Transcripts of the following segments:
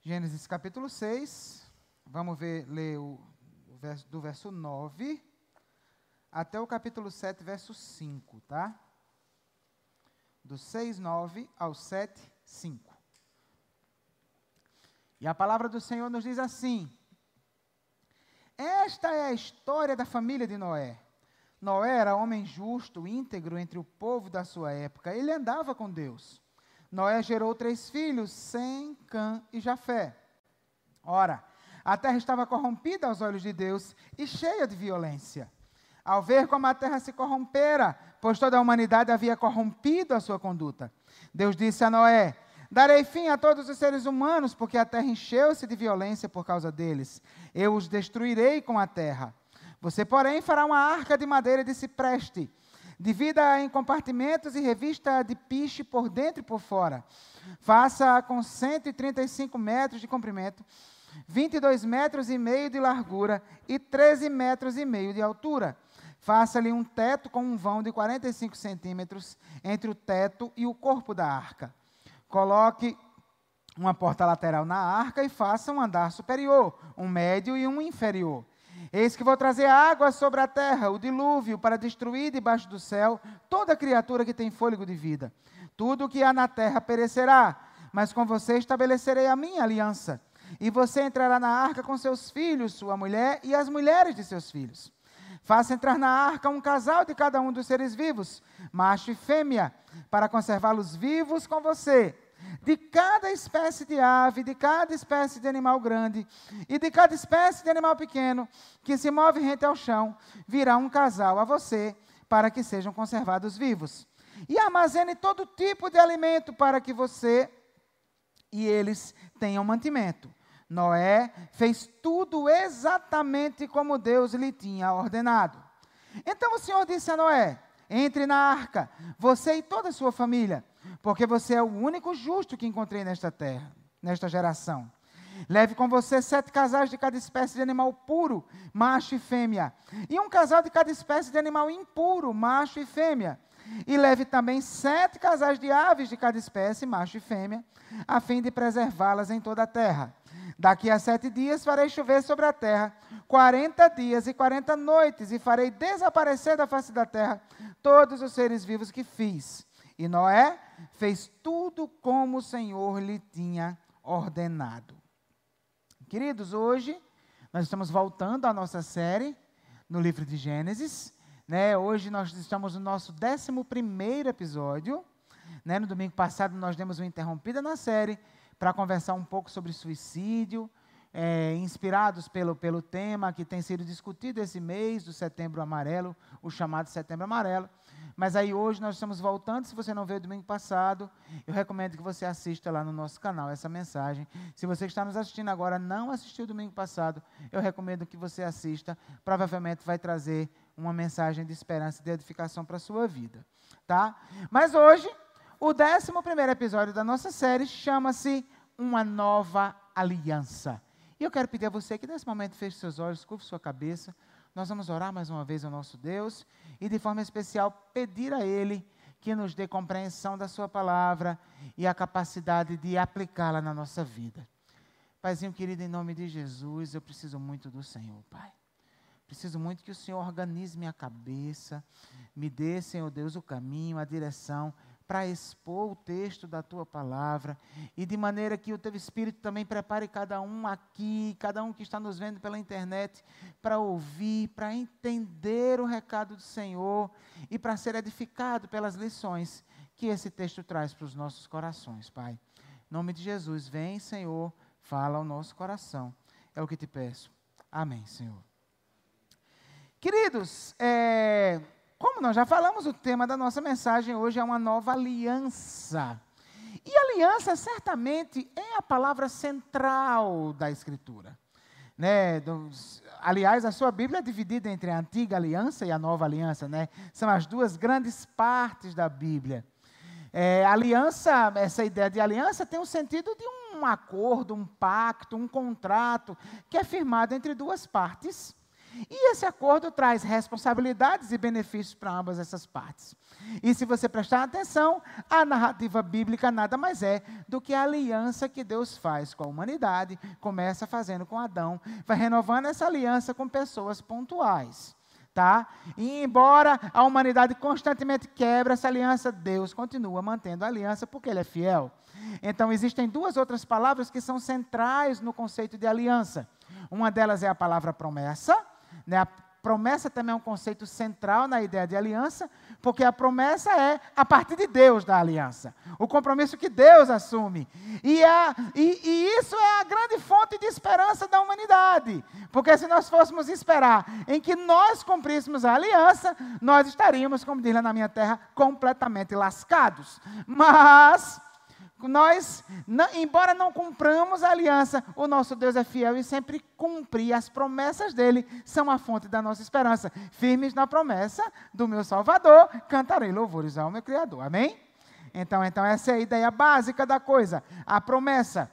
Gênesis capítulo 6, vamos ler do verso 9 até o capítulo 7, verso 5, tá? Do 6, 9 ao 7, 5. E a palavra do Senhor nos diz assim: esta é a história da família de Noé. Noé era homem justo, íntegro entre o povo da sua época. Ele andava com Deus. Noé gerou 3 filhos, Sem, Cã e Jafé. Ora, a terra estava corrompida aos olhos de Deus e cheia de violência. Ao ver como a terra se corrompera, pois toda a humanidade havia corrompido a sua conduta, Deus disse a Noé: darei fim a todos os seres humanos, porque a terra encheu-se de violência por causa deles. Eu os destruirei com a terra. Você, porém, fará uma arca de madeira de cipreste, divida-a em compartimentos e revista-a de piche por dentro e por fora. Faça-a com 135 metros de comprimento, 22 metros e meio de largura e 13 metros e meio de altura. Faça-lhe um teto com um vão de 45 centímetros entre o teto e o corpo da arca. Coloque uma porta lateral na arca e faça um andar superior, um médio e um inferior. Eis que vou trazer água sobre a terra, o dilúvio, para destruir debaixo do céu toda criatura que tem fôlego de vida. Tudo o que há na terra perecerá, mas com você estabelecerei a minha aliança. E você entrará na arca com seus filhos, sua mulher e as mulheres de seus filhos. Faça entrar na arca um casal de cada um dos seres vivos, macho e fêmea, para conservá-los vivos com você. De cada espécie de ave, de cada espécie de animal grande e de cada espécie de animal pequeno que se move rente ao chão, virá um casal a você para que sejam conservados vivos. E armazene todo tipo de alimento para que você e eles tenham mantimento. Noé fez tudo exatamente como Deus lhe tinha ordenado. Então o Senhor disse a Noé: entre na arca, você e toda a sua família, porque você é o único justo que encontrei nesta terra, nesta geração. Leve com você 7 casais de cada espécie de animal puro, macho e fêmea, e um casal de cada espécie de animal impuro, macho e fêmea. E leve também 7 casais de aves de cada espécie, macho e fêmea, a fim de preservá-las em toda a terra. Daqui a 7 dias farei chover sobre a terra 40 dias e 40 noites, e farei desaparecer da face da terra todos os seres vivos que fiz. E Noé fez tudo como o Senhor lhe tinha ordenado. Queridos, hoje nós estamos voltando à nossa série no livro de Gênesis. Hoje nós estamos no nosso 11º episódio. No domingo passado nós demos uma interrompida na série para conversar um pouco sobre suicídio, inspirados pelo tema que tem sido discutido esse mês do Setembro Amarelo, o chamado Setembro Amarelo. Mas aí hoje nós estamos voltando. Se você não veio domingo passado, eu recomendo que você assista lá no nosso canal essa mensagem. Se você está nos assistindo agora, não assistiu domingo passado, eu recomendo que você assista. Provavelmente vai trazer uma mensagem de esperança e de edificação para a sua vida, tá? Mas hoje, o 11º episódio da nossa série chama-se Uma Nova Aliança. E eu quero pedir a você que nesse momento feche seus olhos, curve sua cabeça. Nós vamos orar mais uma vez ao nosso Deus e de forma especial pedir a Ele que nos dê compreensão da sua palavra e a capacidade de aplicá-la na nossa vida. Paizinho querido, em nome de Jesus, eu preciso muito do Senhor, Pai. Preciso muito que o Senhor organize minha cabeça, me dê, Senhor Deus, o caminho, a direção para expor o texto da Tua palavra, e de maneira que o Teu Espírito também prepare cada um aqui, cada um que está nos vendo pela internet, para ouvir, para entender o recado do Senhor, e para ser edificado pelas lições que esse texto traz para os nossos corações, Pai. Em nome de Jesus, vem, Senhor, fala ao nosso coração. É o que te peço. Amém, Senhor. Queridos, como nós já falamos, o tema da nossa mensagem hoje é uma nova aliança. E aliança certamente é a palavra central da Escritura. Aliás, a sua Bíblia é dividida entre a antiga aliança e a nova aliança. São as duas grandes partes da Bíblia. Aliança, essa ideia de aliança tem o sentido de um acordo, um pacto, um contrato que é firmado entre duas partes E esse acordo traz responsabilidades e benefícios para ambas essas partes. E se você prestar atenção, a narrativa bíblica nada mais é do que a aliança que Deus faz com a humanidade, começa fazendo com Adão, vai renovando essa aliança com pessoas pontuais. Tá? E embora a humanidade constantemente quebra essa aliança, Deus continua mantendo a aliança porque Ele é fiel. Então, existem duas outras palavras que são centrais no conceito de aliança. Uma delas é a palavra promessa, né? A promessa também é um conceito central na ideia de aliança, porque a promessa é a partir de Deus da aliança, o compromisso que Deus assume. E isso é a grande fonte de esperança da humanidade, porque se nós fôssemos esperar em que nós cumpríssemos a aliança, nós estaríamos, como diz lá na minha terra, completamente lascados. Mas nós, embora não cumpramos a aliança, o nosso Deus é fiel e sempre cumpre, e as promessas dele são a fonte da nossa esperança. Firmes na promessa do meu Salvador, cantarei louvores ao meu Criador. Amém? Então essa é a ideia básica da coisa, a promessa.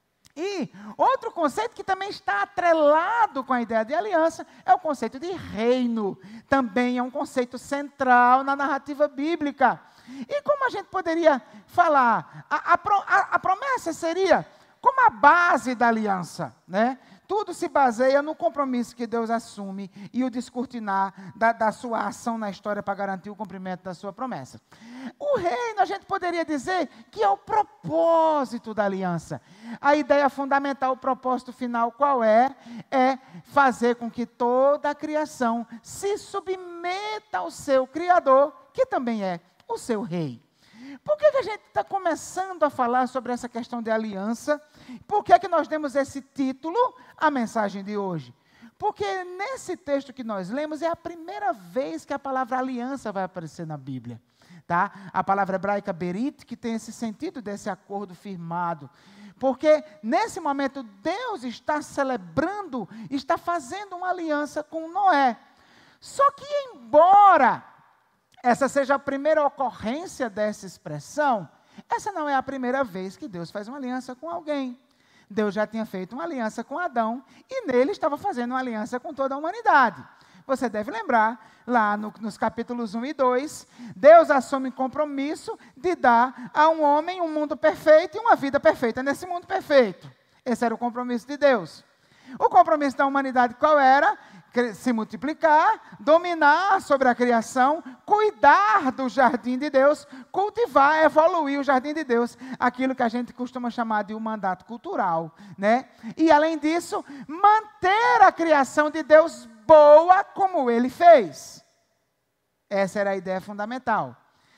E outro conceito que também está atrelado com a ideia de aliança é o conceito de reino. Também é um conceito central na narrativa bíblica. E como a gente poderia falar? A promessa seria como a base da aliança, né? Tudo se baseia no compromisso que Deus assume e o descortinar da sua ação na história para garantir o cumprimento da sua promessa. O reino, a gente poderia dizer que é o propósito da aliança. A ideia fundamental, o propósito final, qual é? É fazer com que toda a criação se submeta ao seu Criador, que também é o seu rei. Por que a gente está começando a falar sobre essa questão de aliança? Por que nós demos esse título à mensagem de hoje? Porque nesse texto que nós lemos é a primeira vez que a palavra aliança vai aparecer na Bíblia. Tá? A palavra hebraica berit, que tem esse sentido desse acordo firmado. Porque nesse momento Deus está celebrando, está fazendo uma aliança com Noé. Só que embora essa seja a primeira ocorrência dessa expressão, essa não é a primeira vez que Deus faz uma aliança com alguém. Deus já tinha feito uma aliança com Adão e nele estava fazendo uma aliança com toda a humanidade. Você deve lembrar, lá nos capítulos 1 e 2, Deus assume compromisso de dar a um homem um mundo perfeito e uma vida perfeita nesse mundo perfeito. Esse era o compromisso de Deus. O compromisso da humanidade qual era? Se multiplicar, dominar sobre a criação, cuidar do jardim de Deus, cultivar, evoluir o jardim de Deus, aquilo que a gente costuma chamar de um mandato cultural, né? E além disso, manter a criação de Deus boa como Ele fez. Essa era a ideia fundamental.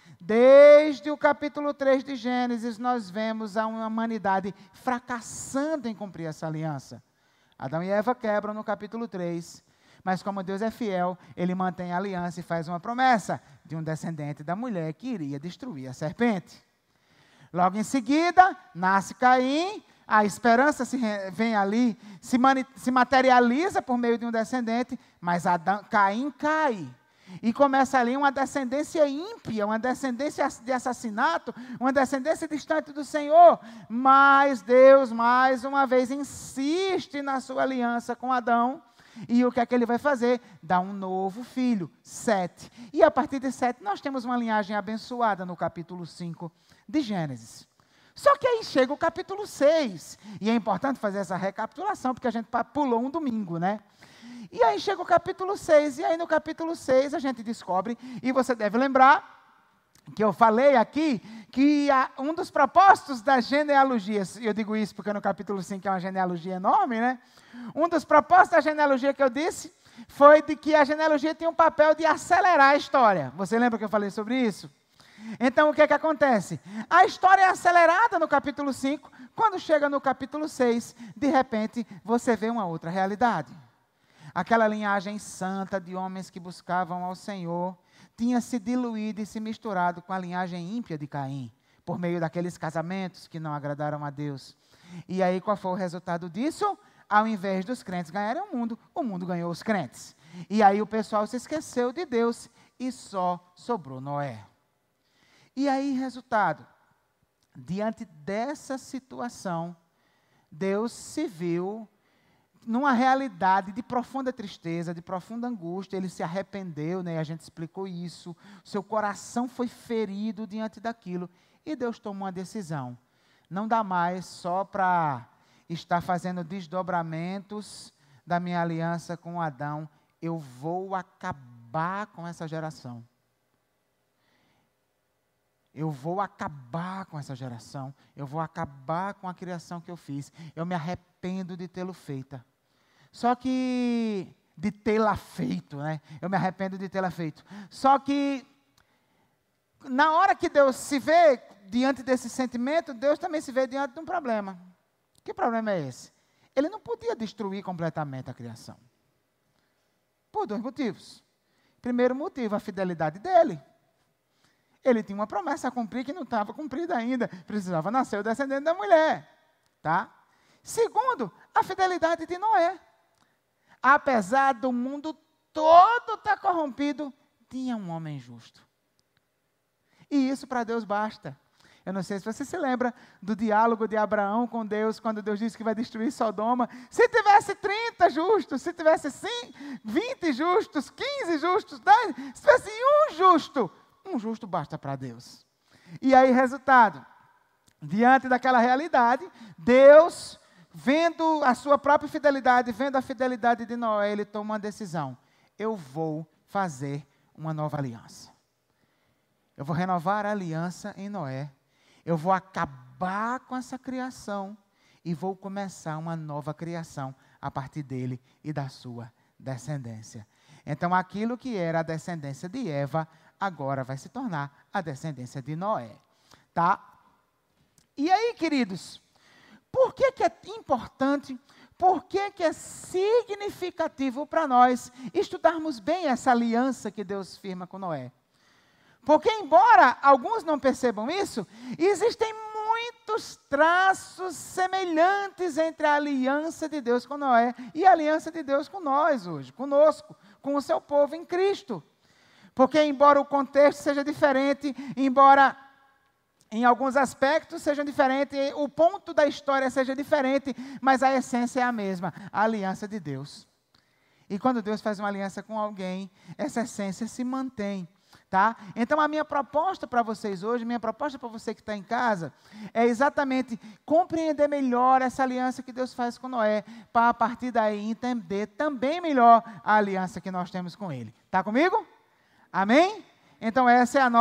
Desde o capítulo 3 de Gênesis, nós vemos a humanidade fracassando em cumprir essa aliança. Adão e Eva quebram no capítulo 3. Mas como Deus é fiel, Ele mantém a aliança e faz uma promessa de um descendente da mulher que iria destruir a serpente. Logo em seguida, nasce Caim, a esperança vem ali, se materializa por meio de um descendente, mas Caim cai. E começa ali uma descendência ímpia, uma descendência de assassinato, uma descendência distante do Senhor. Mas Deus, mais uma vez, insiste na sua aliança com Adão. E o que é que ele vai fazer? Dá um novo filho, Sete. E a partir de Sete, nós temos uma linhagem abençoada no capítulo 5 de Gênesis. Só que aí chega o capítulo 6. E é importante fazer essa recapitulação, porque a gente pulou um domingo, né? E aí chega o capítulo 6. E aí no capítulo 6 a gente descobre, e você deve lembrar, que eu falei aqui, que um dos propósitos das genealogias, e eu digo isso porque no capítulo 5 é uma genealogia enorme, né? Um dos propósitos da genealogia que eu disse foi de que a genealogia tem um papel de acelerar a história. Você lembra que eu falei sobre isso? Então, o que é que acontece? A história é acelerada no capítulo 5, quando chega no capítulo 6, de repente, você vê uma outra realidade. Aquela linhagem santa de homens que buscavam ao Senhor tinha se diluído e se misturado com a linhagem ímpia de Caim, por meio daqueles casamentos que não agradaram a Deus. E aí, qual foi o resultado disso? Ao invés dos crentes ganharem o mundo ganhou os crentes. E aí o pessoal se esqueceu de Deus e só sobrou Noé. E aí, resultado, diante dessa situação, Deus se viu numa realidade de profunda tristeza, de profunda angústia, ele se arrependeu, né? A gente explicou isso. Seu coração foi ferido diante daquilo. E Deus tomou uma decisão. Não dá mais só para estar fazendo desdobramentos da minha aliança com Adão. Eu vou acabar com essa geração. Eu vou acabar com essa geração. Eu vou acabar com a criação que eu fiz. Eu me arrependo de tê-lo feita. Só que, de tê-la feito, né? Eu me arrependo de tê-la feito. Só que, na hora que Deus se vê diante desse sentimento, Deus também se vê diante de um problema. Que problema é esse? Ele não podia destruir completamente a criação. Por dois motivos. Primeiro motivo, a fidelidade dele. Ele tinha uma promessa a cumprir que não estava cumprida ainda. Precisava nascer o descendente da mulher. Tá? Segundo, a fidelidade de Noé. Apesar do mundo todo estar corrompido, tinha um homem justo. E isso para Deus basta. Eu não sei se você se lembra do diálogo de Abraão com Deus, quando Deus disse que vai destruir Sodoma. Se tivesse 30 justos, se tivesse 20 justos, 15 justos, 10, se tivesse um justo basta para Deus. E aí, resultado, diante daquela realidade, Deus, vendo a sua própria fidelidade, vendo a fidelidade de Noé, ele toma uma decisão. Eu vou fazer uma nova aliança. Eu vou renovar a aliança em Noé. Eu vou acabar com essa criação e vou começar uma nova criação a partir dele e da sua descendência. Então, aquilo que era a descendência de Eva, agora vai se tornar a descendência de Noé. Tá? E aí, queridos, por que é importante, por que é significativo para nós estudarmos bem essa aliança que Deus firma com Noé? Porque, embora alguns não percebam isso, existem muitos traços semelhantes entre a aliança de Deus com Noé e a aliança de Deus com nós hoje, conosco, com o seu povo em Cristo. Porque, embora o contexto seja diferente, embora em alguns aspectos seja diferente, o ponto da história seja diferente, mas a essência é a mesma, a aliança de Deus. E quando Deus faz uma aliança com alguém, essa essência se mantém. Tá? Então, a minha proposta para vocês hoje, minha proposta para você que está em casa, é exatamente compreender melhor essa aliança que Deus faz com Noé, para a partir daí entender também melhor a aliança que nós temos com Ele. Está comigo? Amém? Então, esse é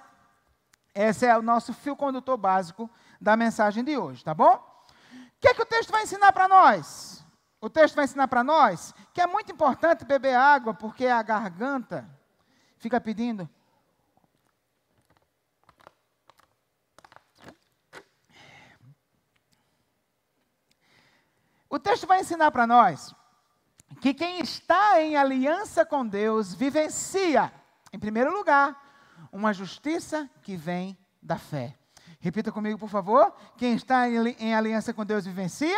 o nosso fio condutor básico da mensagem de hoje, tá bom? O que é que o texto vai ensinar para nós? O texto vai ensinar para nós que é muito importante beber água, porque a garganta fica pedindo. O texto vai ensinar para nós que quem está em aliança com Deus vivencia, em primeiro lugar, uma justiça que vem da fé. Repita comigo, por favor. Quem está em aliança com Deus vivencia?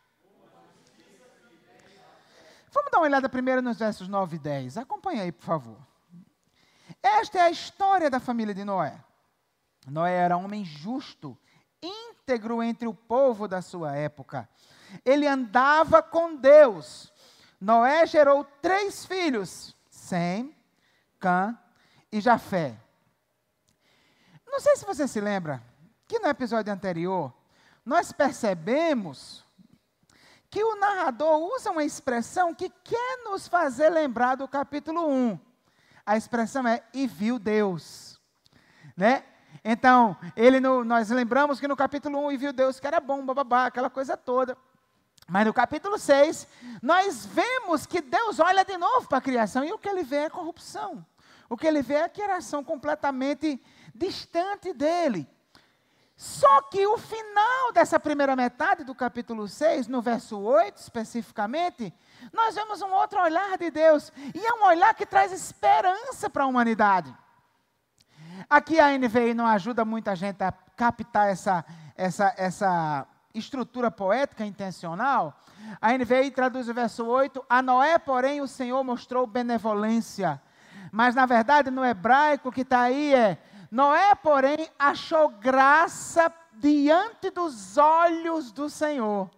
Vamos dar uma olhada primeiro nos versos 9 e 10. Acompanha aí, por favor. Esta é a história da família de Noé. Noé era um homem justo, íntegro entre o povo da sua época. Ele andava com Deus. Noé gerou 3 filhos, Sem, Cã e Jafé. Não sei se você se lembra que no episódio anterior, nós percebemos que o narrador usa uma expressão que quer nos fazer lembrar do capítulo 1. A expressão é, e viu Deus. Né? Então, nós lembramos que no capítulo 1, e viu Deus que era bom, bababá, aquela coisa toda. Mas no capítulo 6, nós vemos que Deus olha de novo para a criação e o que ele vê é corrupção. O que ele vê é a criação completamente distante dele. Só que o final dessa primeira metade do capítulo 6, no verso 8 especificamente, nós vemos um outro olhar de Deus. E é um olhar que traz esperança para a humanidade. Aqui a NVI não ajuda muita gente a captar essa estrutura poética intencional. A NVI traduz o verso 8, a Noé, porém, o Senhor mostrou benevolência. Mas, na verdade, no hebraico o que está aí é, Noé, porém, achou graça diante dos olhos do Senhor.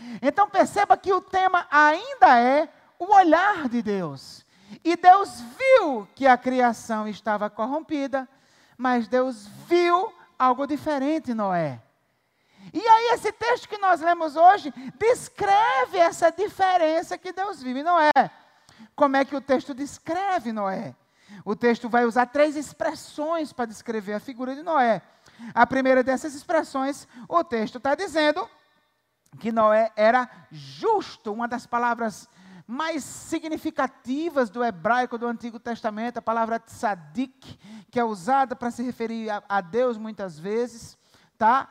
Então perceba que o tema ainda é o olhar de Deus. E Deus viu que a criação estava corrompida, mas Deus viu algo diferente em Noé. E aí esse texto que nós lemos hoje descreve essa diferença que Deus viu em Noé. Como é que o texto descreve Noé? O texto vai usar 3 expressões para descrever a figura de Noé. A primeira dessas expressões, o texto está dizendo que Noé era justo, uma das palavras mais significativas do hebraico do Antigo Testamento, a palavra tzadik, que é usada para se referir a Deus muitas vezes, tá?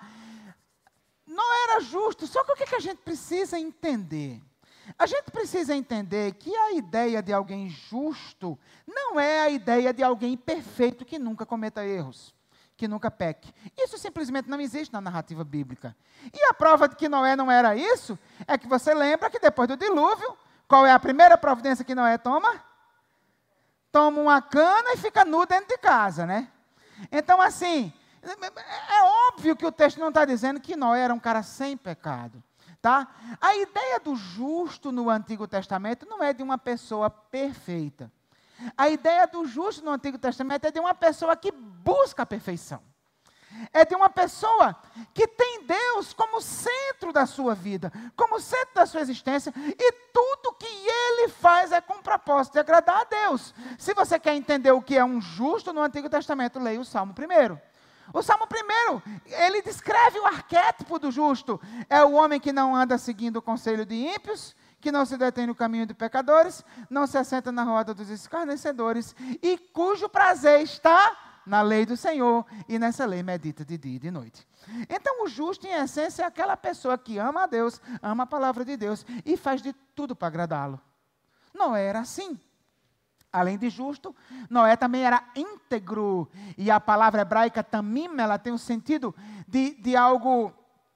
Noé era justo, só que o que a gente precisa entender? A gente precisa entender que a ideia de alguém justo não é a ideia de alguém perfeito que nunca cometa erros, que nunca peque. Isso simplesmente não existe na narrativa bíblica. E a prova de que Noé não era isso, é que você lembra que depois do dilúvio, qual é a primeira providência que Noé toma? Toma uma cana e fica nu dentro de casa, né? Então, assim, é óbvio que o texto não está dizendo que Noé era um cara sem pecado, tá? A ideia do justo no Antigo Testamento não é de uma pessoa perfeita. A ideia do justo no Antigo Testamento é de uma pessoa que busca a perfeição. É de uma pessoa que tem Deus como centro da sua vida, como centro da sua existência, e tudo que ele faz é com o propósito de agradar a Deus. Se você quer entender o que é um justo no Antigo Testamento, leia o Salmo 1. O Salmo 1, ele descreve o arquétipo do justo. É o homem que não anda seguindo o conselho de ímpios, que não se detém no caminho de pecadores, não se assenta na roda dos escarnecedores, e cujo prazer está na lei do Senhor, e nessa lei medita de dia e de noite. Então o justo, em essência, é aquela pessoa que ama a Deus, ama a palavra de Deus, e faz de tudo para agradá-lo. Noé era assim. Além de justo, Noé também era íntegro, e a palavra hebraica tamim, ela tem o sentido de algo...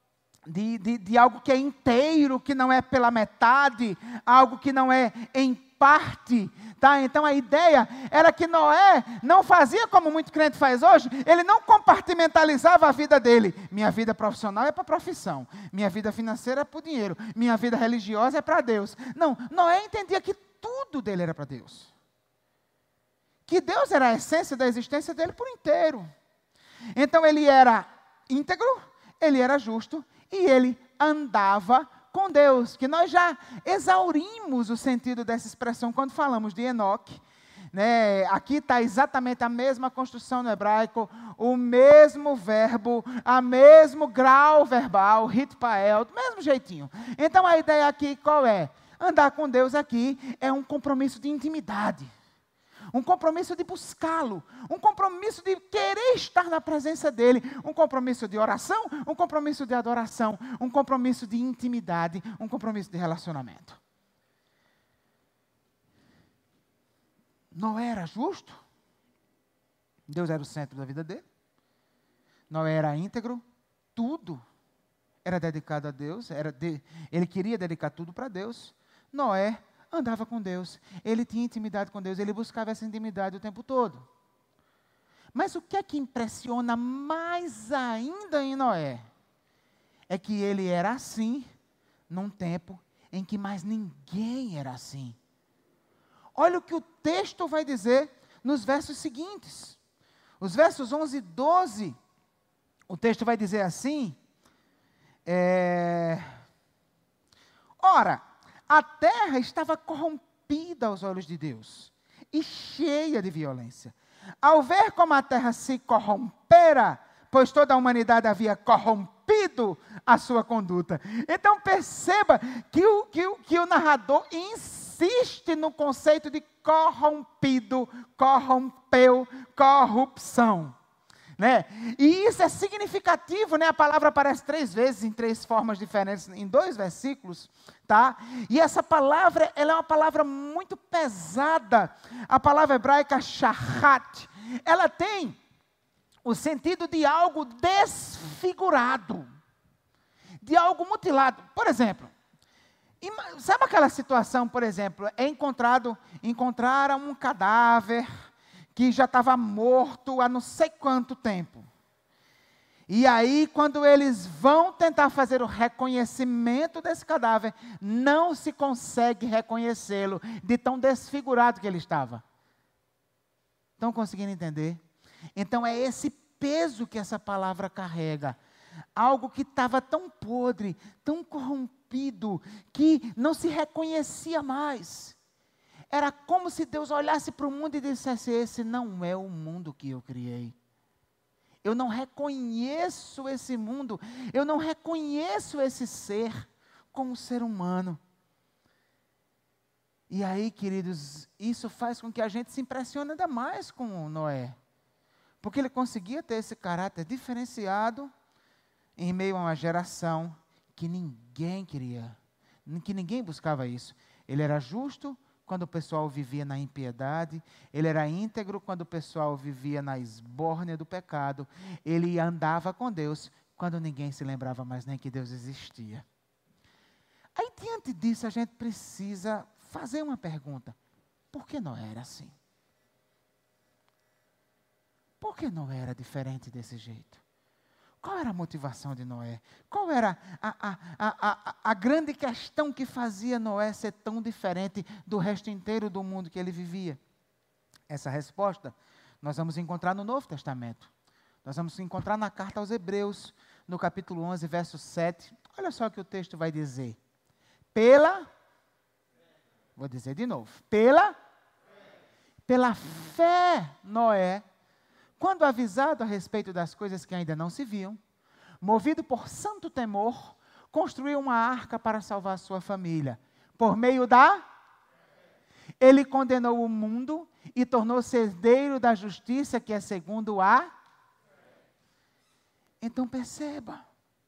De algo que é inteiro, que não é pela metade, algo que não é em parte, tá? Então a ideia era que Noé não fazia como muito crente faz hoje, ele não compartimentalizava a vida dele. Minha vida profissional é para a profissão, minha vida financeira é para o dinheiro, minha vida religiosa é para Deus. Não, Noé entendia que tudo dele era para Deus. Que Deus era a essência da existência dele por inteiro. Então ele era íntegro, ele era justo, e ele andava com Deus, que nós já exaurimos o sentido dessa expressão quando falamos de Enoque, né? Aqui está exatamente a mesma construção no hebraico, o mesmo verbo, o mesmo grau verbal, hitpael, do mesmo jeitinho. Então a ideia aqui qual é? Andar com Deus aqui é um compromisso de intimidade. Um compromisso de buscá-lo, um compromisso de querer estar na presença dEle, um compromisso de oração, um compromisso de adoração, um compromisso de intimidade, um compromisso de relacionamento. Noé era justo, Deus era o centro da vida dele, Noé era íntegro, tudo era dedicado a Deus, ele queria dedicar tudo para Deus. Noé andava com Deus, ele tinha intimidade com Deus, ele buscava essa intimidade o tempo todo. Mas o que é que impressiona mais ainda em Noé? É que ele era assim, num tempo em que mais ninguém era assim. Olha o que o texto vai dizer nos versos seguintes. Os versos 11 e 12, o texto vai dizer assim, Ora, a terra estava corrompida aos olhos de Deus e cheia de violência. Ao ver como a terra se corrompera, pois toda a humanidade havia corrompido a sua conduta. Então perceba que o narrador insiste no conceito de corrompido, corrompeu, corrupção. Né? E isso é significativo, né? A palavra aparece 3 vezes em 3 formas diferentes, em 2 versículos, tá? E essa palavra, ela é uma palavra muito pesada. A palavra hebraica shahat, ela tem o sentido de algo desfigurado, de algo mutilado. Por exemplo, sabe aquela situação, por exemplo, encontraram um cadáver que já estava morto há não sei quanto tempo. E aí, quando eles vão tentar fazer o reconhecimento desse cadáver, não se consegue reconhecê-lo de tão desfigurado que ele estava. Estão conseguindo entender? Então é esse peso que essa palavra carrega. Algo que estava tão podre, tão corrompido, que não se reconhecia mais. Era como se Deus olhasse para o mundo e dissesse: esse não é o mundo que eu criei. Eu não reconheço esse mundo, eu não reconheço esse ser como ser humano. E aí, queridos, isso faz com que a gente se impressione ainda mais com Noé. Porque ele conseguia ter esse caráter diferenciado em meio a uma geração que ninguém queria, que ninguém buscava isso. Ele era justo quando o pessoal vivia na impiedade, ele era íntegro quando o pessoal vivia na esbórnia do pecado, ele andava com Deus quando ninguém se lembrava mais nem que Deus existia. Aí, diante disso, a gente precisa fazer uma pergunta: por que Noé era assim? Por que Noé era diferente desse jeito? Qual era a motivação de Noé? Qual era a grande questão que fazia Noé ser tão diferente do resto inteiro do mundo que ele vivia? Essa resposta nós vamos encontrar no Novo Testamento. Nós vamos encontrar na carta aos Hebreus, no capítulo 11, verso 7. Olha só o que o texto vai dizer. Vou dizer de novo. Pela fé, Noé, quando avisado a respeito das coisas que ainda não se viam, movido por santo temor, construiu uma arca para salvar a sua família. Por meio ele condenou o mundo e tornou-se herdeiro da justiça que é segundo a... Então perceba,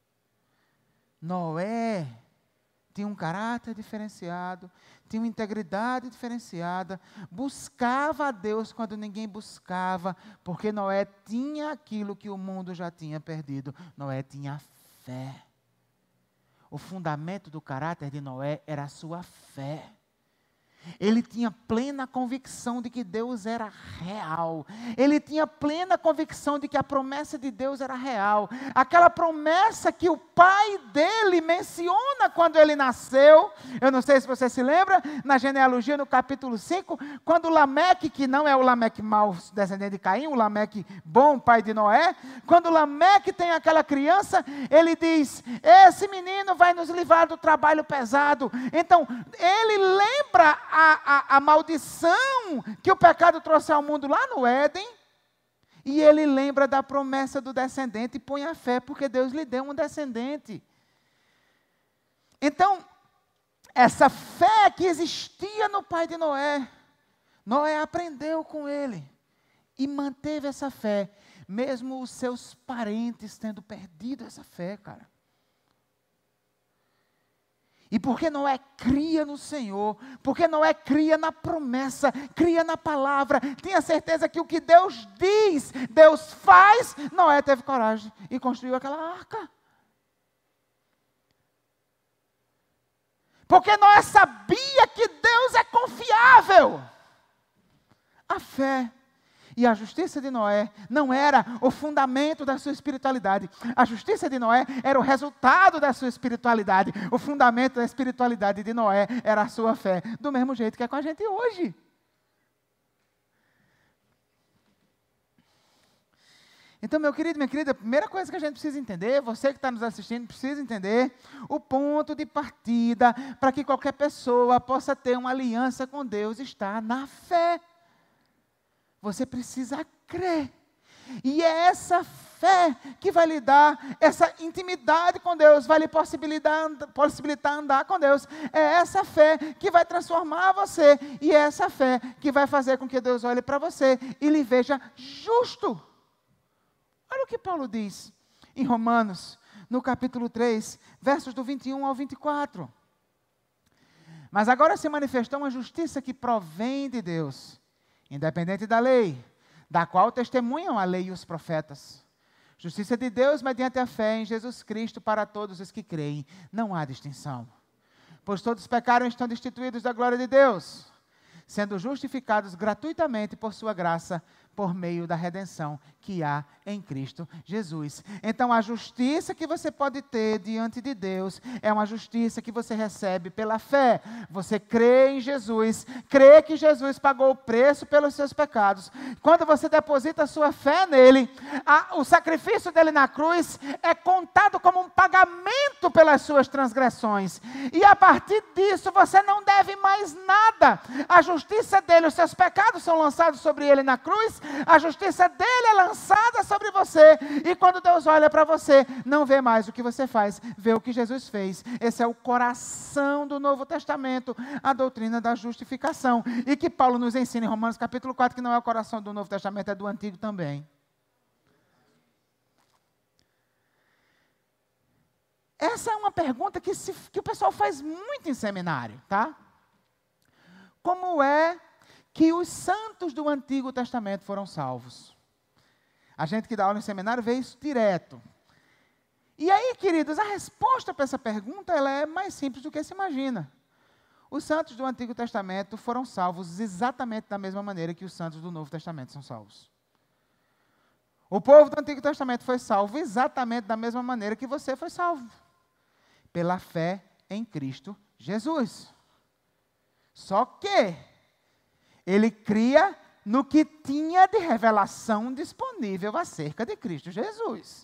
Noé tinha um caráter diferenciado, tinha uma integridade diferenciada, buscava a Deus quando ninguém buscava, porque Noé tinha aquilo que o mundo já tinha perdido. Noé tinha fé. O fundamento do caráter de Noé era a sua fé. Ele tinha plena convicção de que Deus era real. Ele tinha plena convicção de que a promessa de Deus era real. Aquela promessa que o pai dele menciona quando ele nasceu. Eu não sei se você se lembra, na genealogia, no capítulo 5, quando Lameque, que não é o Lameque mau, descendente de Caim, o Lameque bom, pai de Noé, quando Lameque tem aquela criança, ele diz: esse menino vai nos livrar do trabalho pesado. Então, ele lembra a maldição que o pecado trouxe ao mundo lá no Éden, e ele lembra da promessa do descendente e põe a fé, porque Deus lhe deu um descendente. Então, essa fé que existia no pai de Noé, Noé aprendeu com ele e manteve essa fé, mesmo os seus parentes tendo perdido essa fé, cara. E porque Noé cria no Senhor, porque Noé cria na promessa, cria na palavra, tinha certeza que o que Deus diz, Deus faz, Noé teve coragem e construiu aquela arca. Porque Noé sabia que Deus é confiável. A fé e a justiça de Noé não era o fundamento da sua espiritualidade. A justiça de Noé era o resultado da sua espiritualidade. O fundamento da espiritualidade de Noé era a sua fé. Do mesmo jeito que é com a gente hoje. Então, meu querido, minha querida, a primeira coisa que a gente precisa entender, você que está nos assistindo precisa entender, o ponto de partida para que qualquer pessoa possa ter uma aliança com Deus está na fé. Você precisa crer. E é essa fé que vai lhe dar essa intimidade com Deus, vai lhe possibilitar andar com Deus. É essa fé que vai transformar você. E é essa fé que vai fazer com que Deus olhe para você e lhe veja justo. Olha o que Paulo diz em Romanos, no capítulo 3, versos do 21 ao 24. Mas agora se manifestou uma justiça que provém de Deus, independente da lei, da qual testemunham a lei e os profetas. Justiça de Deus mediante a fé em Jesus Cristo para todos os que creem. Não há distinção. Pois todos pecaram e estão destituídos da glória de Deus, sendo justificados gratuitamente por sua graça, por meio da redenção que há em Cristo Jesus. Então, a justiça que você pode ter diante de Deus é uma justiça que você recebe pela fé. Você crê em Jesus, crê que Jesus pagou o preço pelos seus pecados. Quando você deposita a sua fé nele, o sacrifício dele na cruz é contado como um pagamento pelas suas transgressões. E a partir disso, você não deve mais nada. A justiça dele, os seus pecados são lançados sobre ele na cruz, a justiça dele é lançada sobre você, e quando Deus olha para você, não vê mais o que você faz, vê o que Jesus fez. Esse é o coração do Novo Testamento, a doutrina da justificação, e que Paulo nos ensina em Romanos capítulo 4, que não é o coração do Novo Testamento, é do Antigo também. Essa é uma pergunta que o pessoal faz muito em seminário, tá? Como é que os santos do Antigo Testamento foram salvos? A gente que dá aula em seminário vê isso direto. E aí, queridos, a resposta para essa pergunta ela é mais simples do que se imagina. Os santos do Antigo Testamento foram salvos exatamente da mesma maneira que os santos do Novo Testamento são salvos. O povo do Antigo Testamento foi salvo exatamente da mesma maneira que você foi salvo. Pela fé em Cristo Jesus. Só que ele cria no que tinha de revelação disponível acerca de Cristo Jesus.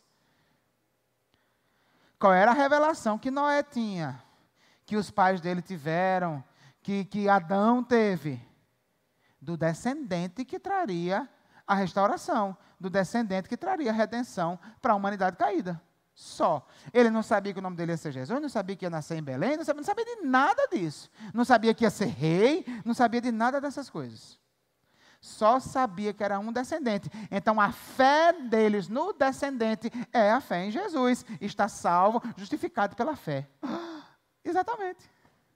Qual era a revelação que Noé tinha? Que os pais dele tiveram? Que Adão teve? Do descendente que traria a restauração. Do descendente que traria a redenção para a humanidade caída. Só. Ele não sabia que o nome dele ia ser Jesus, não sabia que ia nascer em Belém, não sabia de nada disso. Não sabia que ia ser rei, não sabia de nada dessas coisas. Só sabia que era um descendente. Então, a fé deles no descendente é a fé em Jesus. Está salvo, justificado pela fé. Exatamente.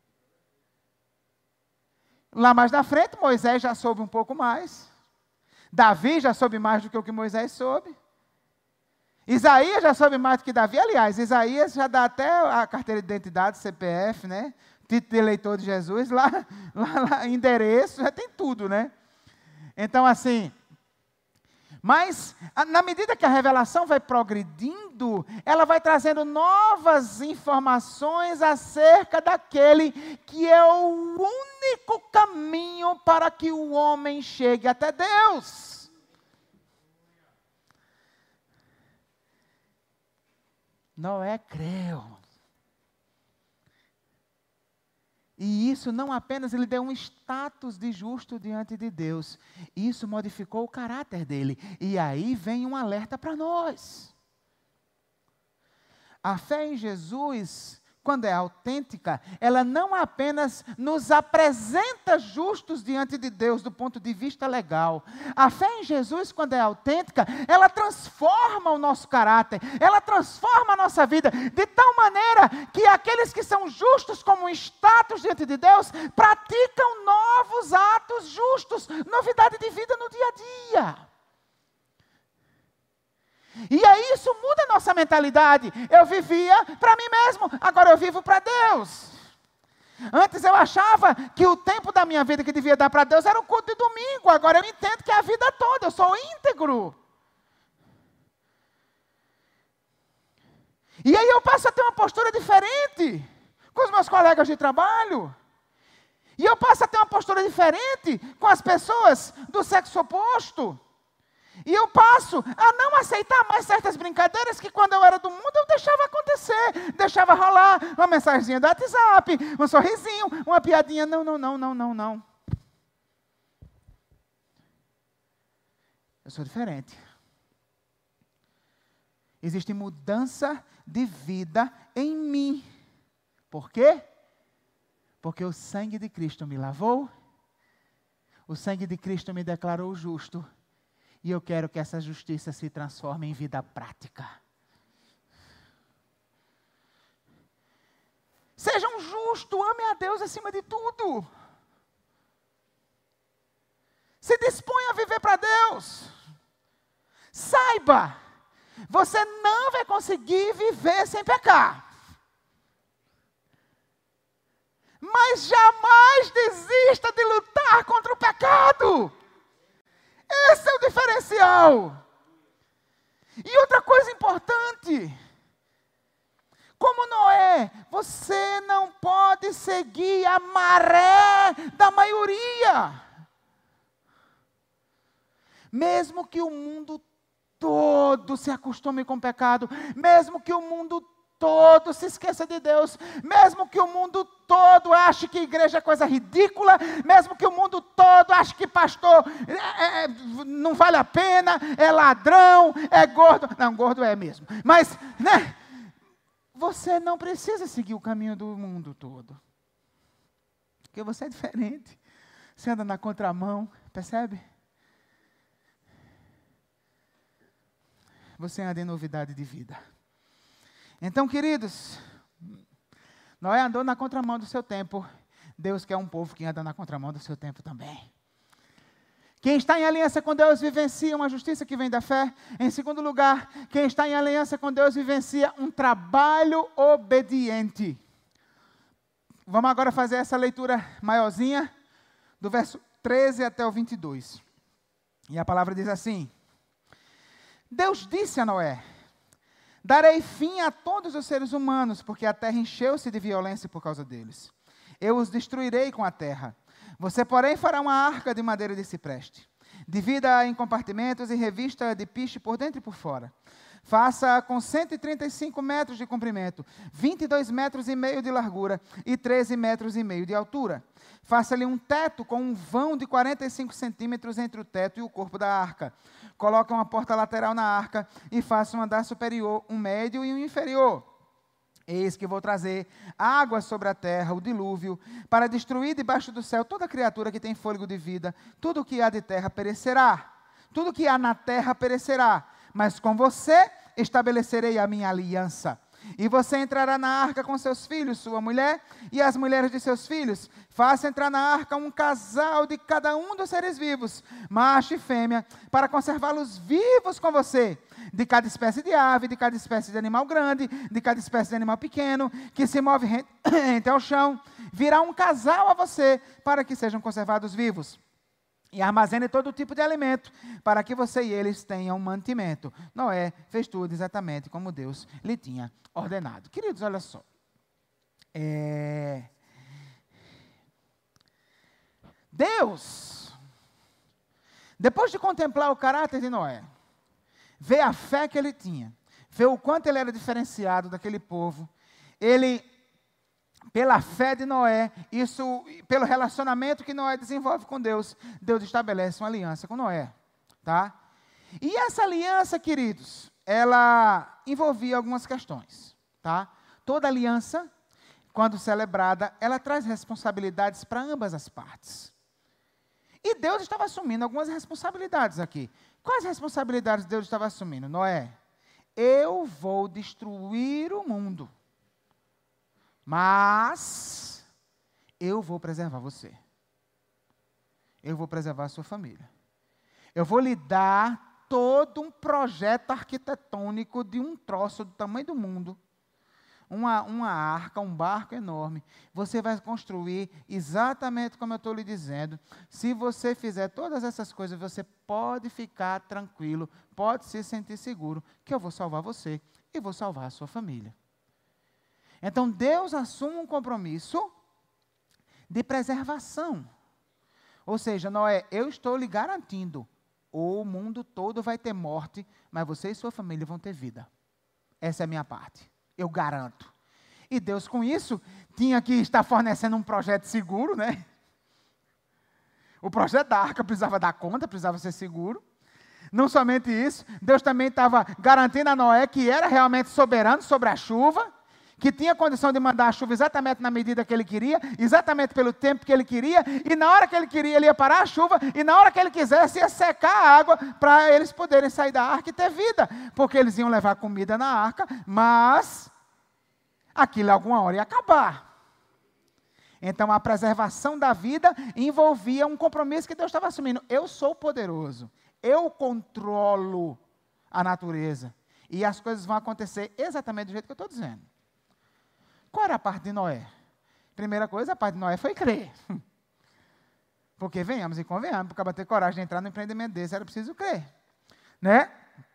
Lá mais na frente, Moisés já soube um pouco mais. Davi já soube mais do que o que Moisés soube. Isaías já soube mais do que Davi. Aliás, Isaías já dá até a carteira de identidade, CPF, né? Título de eleitor de Jesus, lá, endereço, já tem tudo, né? Então, assim, mas na medida que a revelação vai progredindo, ela vai trazendo novas informações acerca daquele que é o único caminho para que o homem chegue até Deus. Noé creu. E isso não apenas lhe deu um status de justo diante de Deus, isso modificou o caráter dele. E aí vem um alerta para nós. A fé em Jesus, quando é autêntica, ela não apenas nos apresenta justos diante de Deus do ponto de vista legal. A fé em Jesus, quando é autêntica, ela transforma o nosso caráter, ela transforma a nossa vida, de tal maneira que aqueles que são justos como um status diante de Deus, praticam novos atos justos, novidade de vida no dia a dia. E aí isso muda a nossa mentalidade. Eu vivia para mim mesmo, agora eu vivo para Deus. Antes eu achava que o tempo da minha vida que devia dar para Deus era o culto de domingo, agora eu entendo que é a vida toda, eu sou íntegro. E aí eu passo a ter uma postura diferente com os meus colegas de trabalho. E eu passo a ter uma postura diferente com as pessoas do sexo oposto. E eu passo a não aceitar mais certas brincadeiras que quando eu era do mundo eu deixava acontecer, deixava rolar uma mensagenzinha do WhatsApp, um sorrisinho, uma piadinha. Não. Eu sou diferente. Existe mudança de vida em mim. Por quê? Porque o sangue de Cristo me lavou, o sangue de Cristo me declarou justo. E eu quero que essa justiça se transforme em vida prática. Seja um justo, ame a Deus acima de tudo. Se disponha a viver para Deus. Saiba, você não vai conseguir viver sem pecar. Mas jamais desista de lutar contra o pecado. Esse é o diferencial. especial. E outra coisa importante, como Noé, você não pode seguir a maré da maioria. Mesmo que o mundo todo se acostume com o pecado, mesmo que o mundo todo se esqueça de Deus, mesmo que o mundo todo ache que igreja é coisa ridícula, mesmo que o mundo todo ache que pastor não vale a pena, é ladrão, é gordo. Não, gordo é mesmo. Mas, né, você não precisa seguir o caminho do mundo todo. Porque você é diferente. Você anda na contramão, percebe? Você anda em novidade de vida. Então, queridos, Noé andou na contramão do seu tempo. Deus quer um povo que anda na contramão do seu tempo também. Quem está em aliança com Deus vivencia uma justiça que vem da fé. Em segundo lugar, quem está em aliança com Deus vivencia um trabalho obediente. Vamos agora fazer essa leitura maiorzinha, do verso 13 até o 22. E a palavra diz assim: Deus disse a Noé: darei fim a todos os seres humanos, porque a terra encheu-se de violência por causa deles. Eu os destruirei com a terra. Você, porém, fará uma arca de madeira de cipreste. Divida-a em compartimentos e revista de piche por dentro e por fora. Faça com 135 metros de comprimento, 22 metros e meio de largura e 13 metros e meio de altura. Faça-lhe um teto com um vão de 45 centímetros entre o teto e o corpo da arca. Coloque uma porta lateral na arca e faça um andar superior, um médio e um inferior. Eis que vou trazer água sobre a terra, o dilúvio, para destruir debaixo do céu toda criatura que tem fôlego de vida. Tudo o que há de terra perecerá. Tudo o que há na terra perecerá. Mas com você estabelecerei a minha aliança. E você entrará na arca com seus filhos, sua mulher e as mulheres de seus filhos. Faça entrar na arca um casal de cada um dos seres vivos, macho e fêmea, para conservá-los vivos com você. De cada espécie de ave, de cada espécie de animal grande, de cada espécie de animal pequeno, que se move rente ao chão, virá um casal a você, para que sejam conservados vivos. E armazene todo tipo de alimento, para que você e eles tenham mantimento. Noé fez tudo exatamente como Deus lhe tinha ordenado. Queridos, olha só. Deus, depois de contemplar o caráter de Noé, ver a fé que ele tinha, ver o quanto ele era diferenciado daquele povo, ele, pela fé de Noé, isso, pelo relacionamento que Noé desenvolve com Deus, Deus estabelece uma aliança com Noé, tá? E essa aliança, queridos, ela envolvia algumas questões, tá? Toda aliança, quando celebrada, ela traz responsabilidades para ambas as partes. E Deus estava assumindo algumas responsabilidades aqui. Quais responsabilidades Deus estava assumindo? Noé, eu vou destruir o mundo, mas eu vou preservar você. Eu vou preservar a sua família. Eu vou lhe dar todo um projeto arquitetônico de um troço do tamanho do mundo. Uma arca, um barco enorme. Você vai construir exatamente como eu estou lhe dizendo. Se você fizer todas essas coisas, você pode ficar tranquilo, pode se sentir seguro, que eu vou salvar você e vou salvar a sua família. Então, Deus assume um compromisso de preservação. Ou seja, Noé, eu estou lhe garantindo, o mundo todo vai ter morte, mas você e sua família vão ter vida. Essa é a minha parte. Eu garanto. E Deus, com isso, tinha que estar fornecendo um projeto seguro, né? O projeto da arca precisava dar conta, precisava ser seguro. Não somente isso, Deus também estava garantindo a Noé que era realmente soberano sobre a chuva, que tinha condição de mandar a chuva exatamente na medida que ele queria, exatamente pelo tempo que ele queria, e na hora que ele queria, ele ia parar a chuva, e na hora que ele quisesse, ia secar a água, para eles poderem sair da arca e ter vida, porque eles iam levar comida na arca, mas aquilo alguma hora ia acabar. Então, a preservação da vida envolvia um compromisso que Deus estava assumindo. Eu sou poderoso, eu controlo a natureza, e as coisas vão acontecer exatamente do jeito que eu estou dizendo. Qual era a parte de Noé? Primeira coisa, a parte de Noé foi crer. Porque venhamos e convenhamos, para ter coragem de entrar no empreendimento desse, era preciso crer. né?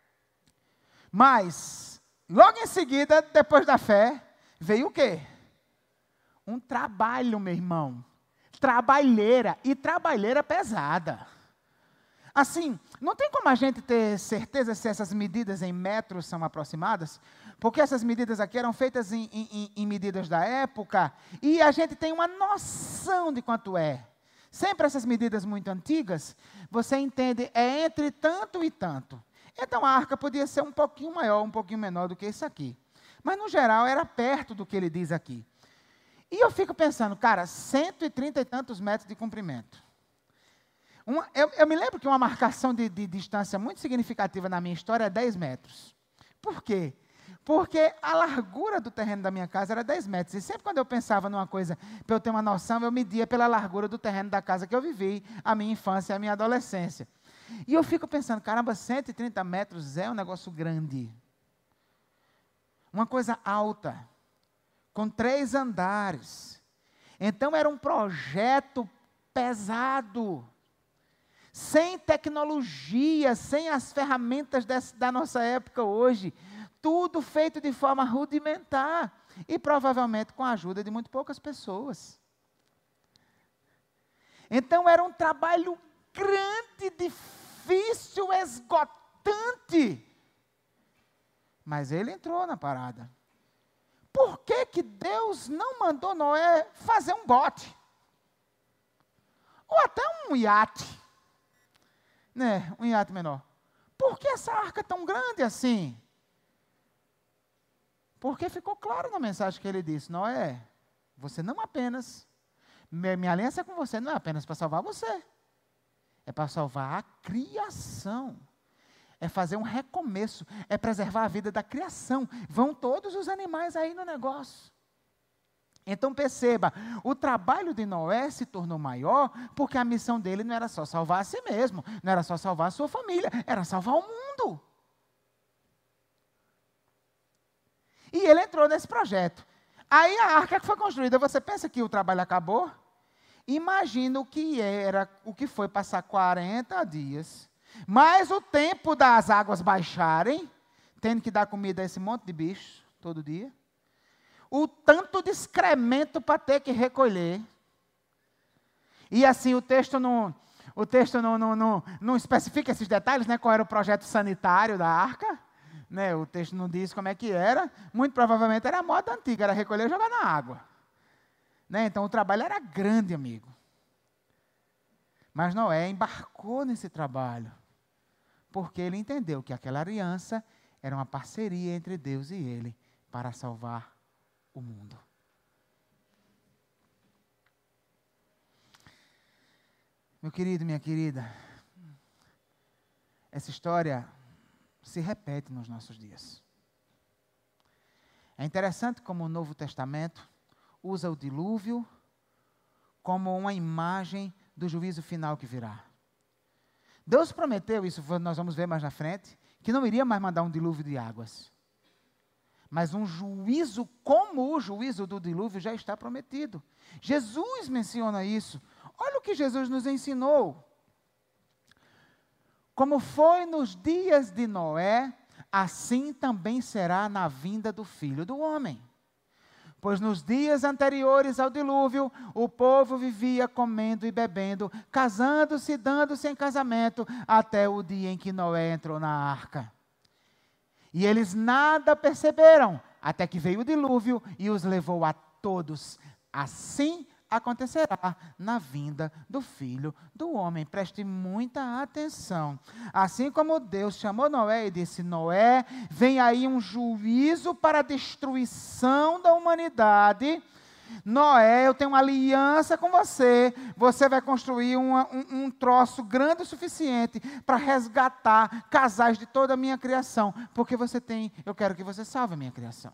Mas, logo em seguida, depois da fé, veio o quê? Um trabalho, meu irmão. Trabalheira, e trabalheira pesada. Assim, não tem como a gente ter certeza se essas medidas em metros são aproximadas, porque essas medidas aqui eram feitas em medidas da época, e a gente tem uma noção de quanto é. Sempre essas medidas muito antigas, você entende, é entre tanto e tanto. Então a arca podia ser um pouquinho maior, um pouquinho menor do que isso aqui. Mas no geral era perto do que ele diz aqui. E eu fico pensando, cara, 130 e tantos metros de comprimento. Eu me lembro que uma marcação de distância muito significativa na minha história é 10 metros. Por quê? Porque a largura do terreno da minha casa era 10 metros. E sempre quando eu pensava numa coisa, para eu ter uma noção, eu media pela largura do terreno da casa que eu vivi, a minha infância e a minha adolescência. E eu fico pensando, caramba, 130 metros é um negócio grande. Uma coisa alta, com 3 andares. Então era um projeto pesado. Sem tecnologia, sem as ferramentas da nossa época hoje, tudo feito de forma rudimentar e provavelmente com a ajuda de muito poucas pessoas. Então era um trabalho grande, difícil, esgotante. Mas ele entrou na parada. Por que que Deus não mandou Noé fazer um bote? Ou até um iate? Né, um iate menor. Por que essa arca é tão grande assim? Porque ficou claro na mensagem que ele disse, Noé, você não apenas, minha aliança com você não é apenas para salvar você, é para salvar a criação, é fazer um recomeço, é preservar a vida da criação, vão todos os animais aí no negócio. Então perceba, o trabalho de Noé se tornou maior porque a missão dele não era só salvar a si mesmo, não era só salvar a sua família, era salvar o mundo. E ele entrou nesse projeto. Aí a arca que foi construída, você pensa que o trabalho acabou? Imagina o que foi passar 40 dias, mais o tempo das águas baixarem, tendo que dar comida a esse monte de bicho todo dia. O tanto de excremento para ter que recolher. E assim, o texto não especifica esses detalhes, né, qual era o projeto sanitário da arca. Né, o texto não diz como é que era. Muito provavelmente era a moda antiga, era recolher e jogar na água. Né, então o trabalho era grande, amigo. Mas Noé embarcou nesse trabalho, porque ele entendeu que aquela aliança era uma parceria entre Deus e ele para salvar o mundo. Meu querido, minha querida, essa história se repete nos nossos dias. É interessante como o Novo Testamento usa o dilúvio como uma imagem do juízo final que virá. Deus prometeu, isso nós vamos ver mais na frente, que não iria mais mandar um dilúvio de águas. Mas um juízo como o juízo do dilúvio já está prometido. Jesus menciona isso. Olha o que Jesus nos ensinou. Como foi nos dias de Noé, assim também será na vinda do Filho do Homem. Pois nos dias anteriores ao dilúvio, o povo vivia comendo e bebendo, casando-se e dando-se em casamento, até o dia em que Noé entrou na arca. E eles nada perceberam, até que veio o dilúvio e os levou a todos. Assim acontecerá na vinda do Filho do Homem. Preste muita atenção. Assim como Deus chamou Noé e disse, Noé, vem aí um juízo para a destruição da humanidade. Noé, eu tenho uma aliança com você, você vai construir um troço grande o suficiente para resgatar casais de toda a minha criação, porque eu quero que você salve a minha criação.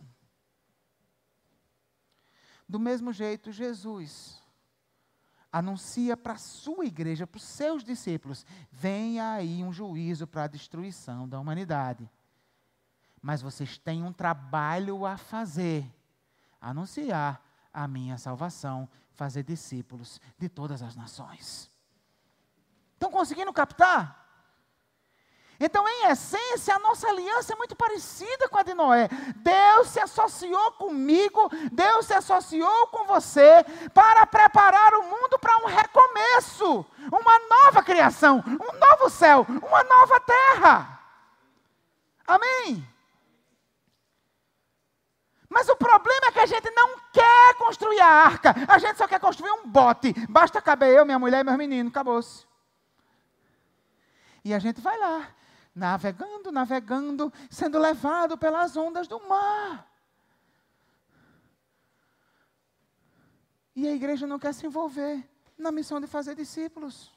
Do mesmo jeito, Jesus anuncia para a sua igreja, para os seus discípulos, vem aí um juízo para a destruição da humanidade. Mas vocês têm um trabalho a fazer, anunciar a minha salvação, fazer discípulos de todas as nações. Estão conseguindo captar? Então, em essência, a nossa aliança é muito parecida com a de Noé. Deus se associou comigo, Deus se associou com você para preparar o mundo para um recomeço, uma nova criação, um novo céu, uma nova terra. Amém? Mas o problema é que a gente não quer construir a arca, a gente só quer construir um bote. Basta caber eu, minha mulher e meus meninos, acabou-se. E a gente vai lá, navegando, navegando, sendo levado pelas ondas do mar. E a igreja não quer se envolver na missão de fazer discípulos.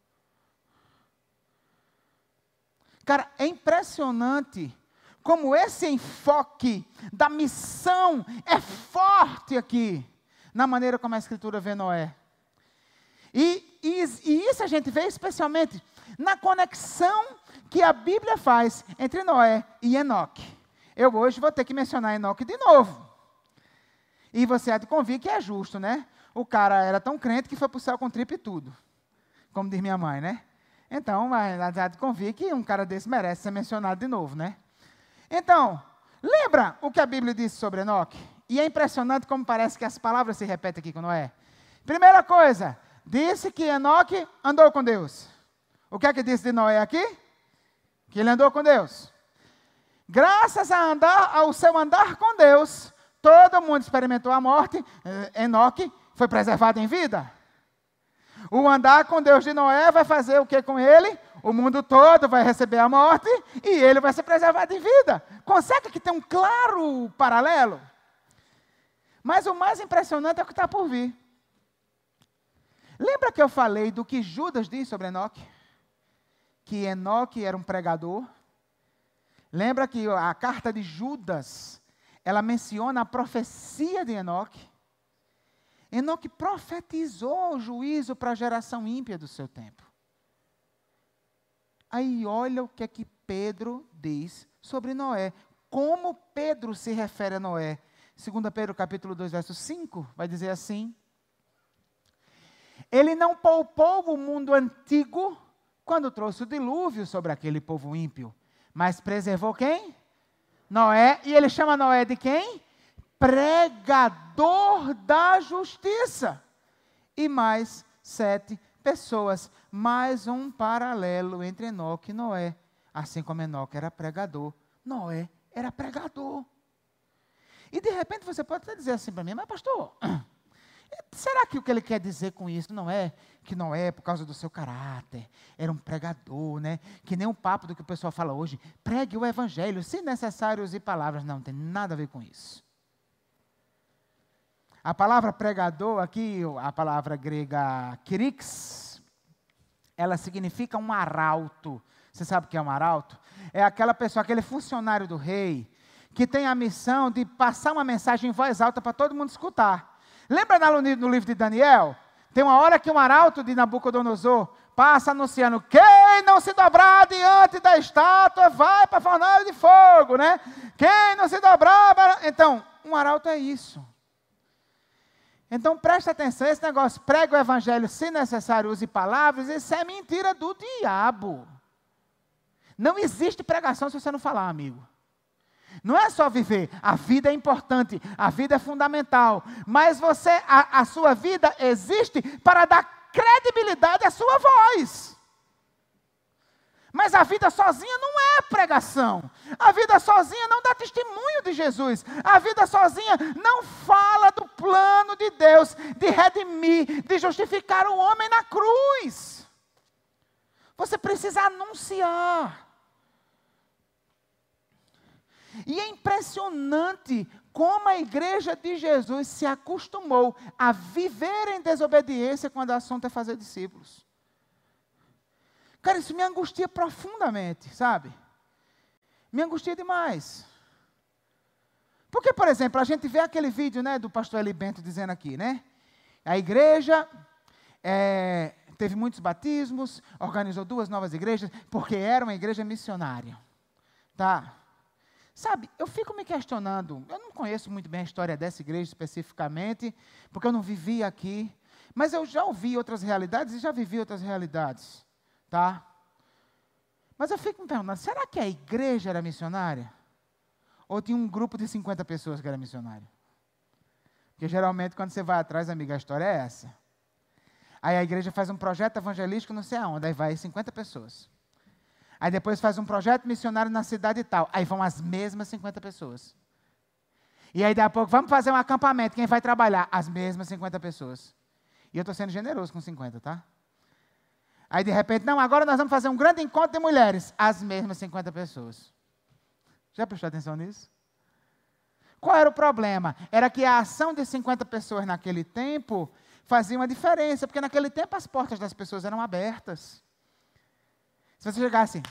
Cara, é impressionante como esse enfoque da missão é forte aqui, na maneira como a Escritura vê Noé. E isso a gente vê especialmente na conexão que a Bíblia faz entre Noé e Enoque. Eu hoje vou ter que mencionar Enoque de novo. E você há de convir que é justo, né? O cara era tão crente que foi para o céu com tripa e tudo. Como diz minha mãe, né? Então, há de convir que um cara desse merece ser mencionado de novo, né? Então, lembra o que a Bíblia disse sobre Enoque? E é impressionante como parece que as palavras se repetem aqui com Noé. Primeira coisa, disse que Enoque andou com Deus. O que é que disse de Noé aqui? Que ele andou com Deus. Graças ao seu andar com Deus, todo mundo experimentou a morte. Enoque foi preservado em vida. O andar com Deus de Noé vai fazer o que com ele? O mundo todo vai receber a morte e ele vai ser preservado em vida. Consegue que tem um claro paralelo? Mas o mais impressionante é o que está por vir. Lembra que eu falei do que Judas disse sobre Enoque? Que Enoque era um pregador. Lembra que a carta de Judas, ela menciona a profecia de Enoque. Enoque profetizou o juízo para a geração ímpia do seu tempo. Aí olha o que é que Pedro diz sobre Noé. Como Pedro se refere a Noé. 2 Pedro capítulo 2, verso 5, vai dizer assim: ele não poupou o mundo antigo quando trouxe o dilúvio sobre aquele povo ímpio, mas preservou quem? Noé. E ele chama Noé de quem? Pregador da justiça. E mais 7 pessoas, mais um paralelo entre Enoque e Noé. Assim como Enoque era pregador, Noé era pregador. E de repente você pode até dizer assim para mim: mas pastor, será que o que ele quer dizer com isso não é que Noé, por causa do seu caráter, era um pregador, né? Que nem um papo do que o pessoal fala hoje, pregue o evangelho, se necessário use palavras. Não tem nada a ver com isso. A palavra pregador aqui, a palavra grega kirix, ela significa um arauto. Você sabe o que é um arauto? É aquela pessoa, aquele funcionário do rei, que tem a missão de passar uma mensagem em voz alta para todo mundo escutar. Lembra no livro de Daniel? Tem uma hora que um arauto de Nabucodonosor passa anunciando: quem não se dobrar diante da estátua vai para a fornalha de fogo, né? Quem não se dobrar... Então, um arauto é isso. Então, presta atenção, esse negócio, prega o evangelho, se necessário use palavras, isso é mentira do diabo. Não existe pregação se você não falar, amigo. Não é só viver, a vida é importante, a vida é fundamental, mas a sua vida existe para dar credibilidade à sua voz. Mas a vida sozinha não é pregação. A vida sozinha não dá testemunho de Jesus. A vida sozinha não fala do plano de Deus de redimir, de justificar o homem na cruz. Você precisa anunciar. E é impressionante como a igreja de Jesus se acostumou a viver em desobediência quando o assunto é fazer discípulos. Cara, isso me angustia profundamente, sabe? Me angustia demais. Porque, por exemplo, a gente vê aquele vídeo, né, do pastor Eli Bento dizendo aqui, né? A igreja teve muitos batismos, organizou 2 novas igrejas, porque era uma igreja missionária. Tá? Sabe, eu fico me questionando, eu não conheço muito bem a história dessa igreja especificamente, porque eu não vivi aqui, mas eu já ouvi outras realidades e já vivi outras realidades. Tá? Mas eu fico me perguntando, será que a igreja era missionária? Ou tinha um grupo de 50 pessoas que era missionário? Porque geralmente quando você vai atrás, amiga, a história é essa. Aí a igreja faz um projeto evangelístico não sei aonde, aí vai 50 pessoas. Aí depois faz um projeto missionário na cidade e tal, aí vão as mesmas 50 pessoas. E aí daqui a pouco, vamos fazer um acampamento, quem vai trabalhar? As mesmas 50 pessoas. E eu estou sendo generoso com 50, tá? Aí de repente, não, agora nós vamos fazer um grande encontro de mulheres. As mesmas 50 pessoas. Já prestou atenção nisso? Qual era o problema? Era que a ação de 50 pessoas naquele tempo fazia uma diferença, porque naquele tempo as portas das pessoas eram abertas. Se você chegasse,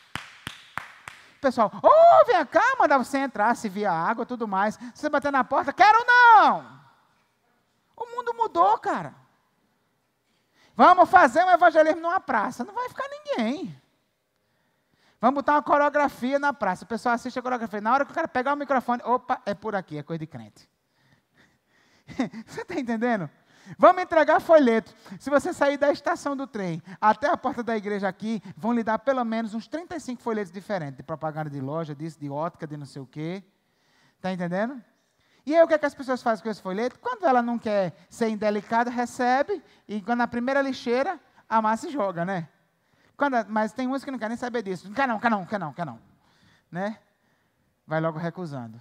o pessoal, vem cá, mandava você entrar, se via água, tudo mais. Se você bater na porta, quero não! O mundo mudou, cara. Vamos fazer um evangelismo numa praça. Não vai ficar ninguém. Vamos botar uma coreografia na praça. O pessoal assiste a coreografia. Na hora que o cara pegar o microfone, opa, é por aqui, é coisa de crente. Você está entendendo? Vamos entregar folheto. Se você sair da estação do trem até a porta da igreja aqui, vão lhe dar pelo menos uns 35 folhetos diferentes. De propaganda de loja, disso, de ótica, de não sei o quê. Está entendendo? E aí o que é que as pessoas fazem com esse folheto? Quando ela não quer ser indelicada, recebe, e quando na primeira lixeira, amassa e joga, né? Mas tem uns que não querem nem saber disso. Quer não. Né? Vai logo recusando.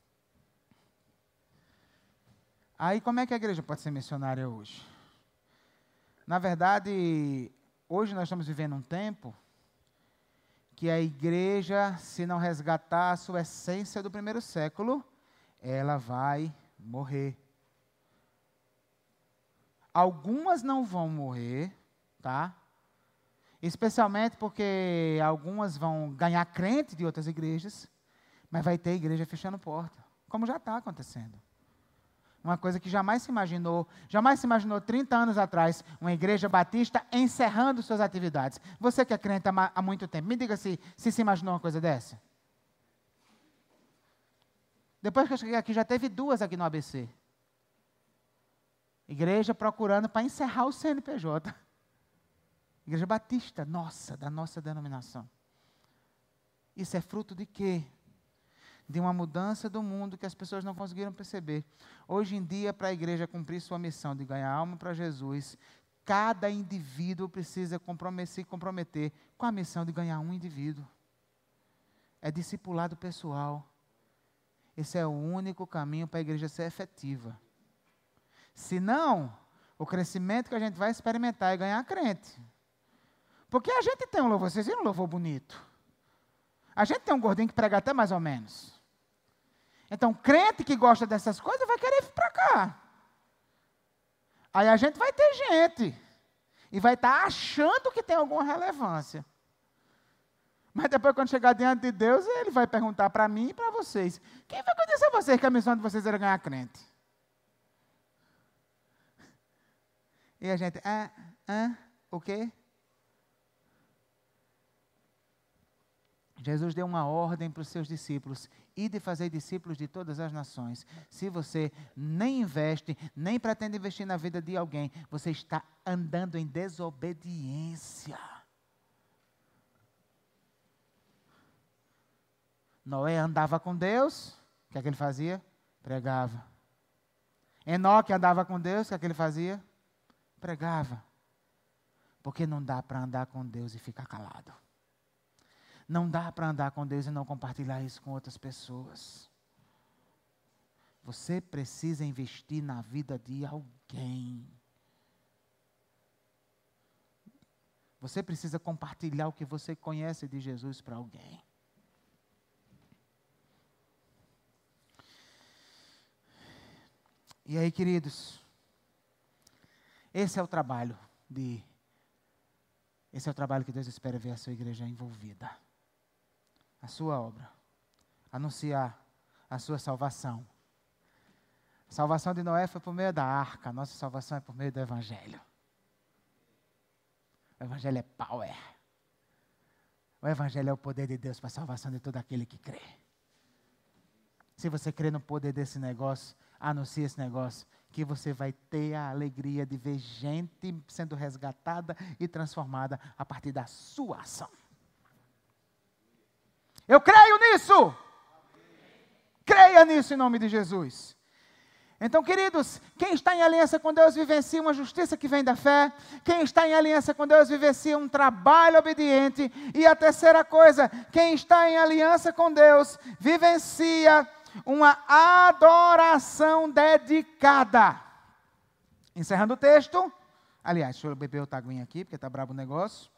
Aí como é que a igreja pode ser missionária hoje? Na verdade, hoje nós estamos vivendo um tempo que a igreja, se não resgatar a sua essência do primeiro século, ela vai morrer. Algumas não vão morrer, tá? Especialmente porque algumas vão ganhar crente de outras igrejas, mas vai ter igreja fechando porta, como já está acontecendo. Uma coisa que jamais se imaginou 30 anos atrás, uma igreja batista encerrando suas atividades. Você que é crente há muito tempo, me diga se imaginou uma coisa dessa. Depois que eu cheguei aqui, já teve 2 aqui no ABC. Igreja procurando para encerrar o CNPJ. Igreja Batista, da nossa denominação. Isso é fruto de quê? De uma mudança do mundo que as pessoas não conseguiram perceber. Hoje em dia, para a igreja cumprir sua missão de ganhar alma para Jesus, cada indivíduo precisa se comprometer com a missão de ganhar um indivíduo. É discipulado pessoal. Esse é o único caminho para a igreja ser efetiva. Senão, o crescimento que a gente vai experimentar é ganhar crente. Porque a gente tem um louvor, vocês viram um louvor bonito? A gente tem um gordinho que prega até mais ou menos. Então, crente que gosta dessas coisas vai querer vir para cá. Aí a gente vai ter gente. E vai estar achando que tem alguma relevância. Mas depois, quando chegar diante de Deus, ele vai perguntar para mim e para vocês. Quem vai dizer a vocês que a missão de vocês era ganhar crente? E a gente, o quê? Jesus deu uma ordem para os seus discípulos, e de fazer discípulos de todas as nações. Se você nem investe, nem pretende investir na vida de alguém, você está andando em desobediência. Noé andava com Deus, o que é que ele fazia? Pregava. Enoque andava com Deus, o que é que ele fazia? Pregava. Porque não dá para andar com Deus e ficar calado. Não dá para andar com Deus e não compartilhar isso com outras pessoas. Você precisa investir na vida de alguém. Você precisa compartilhar o que você conhece de Jesus para alguém. E aí, queridos, esse é o trabalho que Deus espera ver a sua igreja envolvida. A sua obra. Anunciar a sua salvação. A salvação de Noé foi por meio da arca. A nossa salvação é por meio do Evangelho. O Evangelho é power. O Evangelho é o poder de Deus para a salvação de todo aquele que crê. Se você crê no poder desse negócio, anuncie esse negócio, que você vai ter a alegria de ver gente sendo resgatada e transformada a partir da sua ação. Eu creio nisso. Creia nisso em nome de Jesus. Então, queridos, quem está em aliança com Deus vivencia uma justiça que vem da fé. Quem está em aliança com Deus vivencia um trabalho obediente. E a terceira coisa, quem está em aliança com Deus vivencia uma adoração dedicada. Encerrando o texto. Aliás, deixa eu beber outra aguinha aqui, porque está brabo o negócio.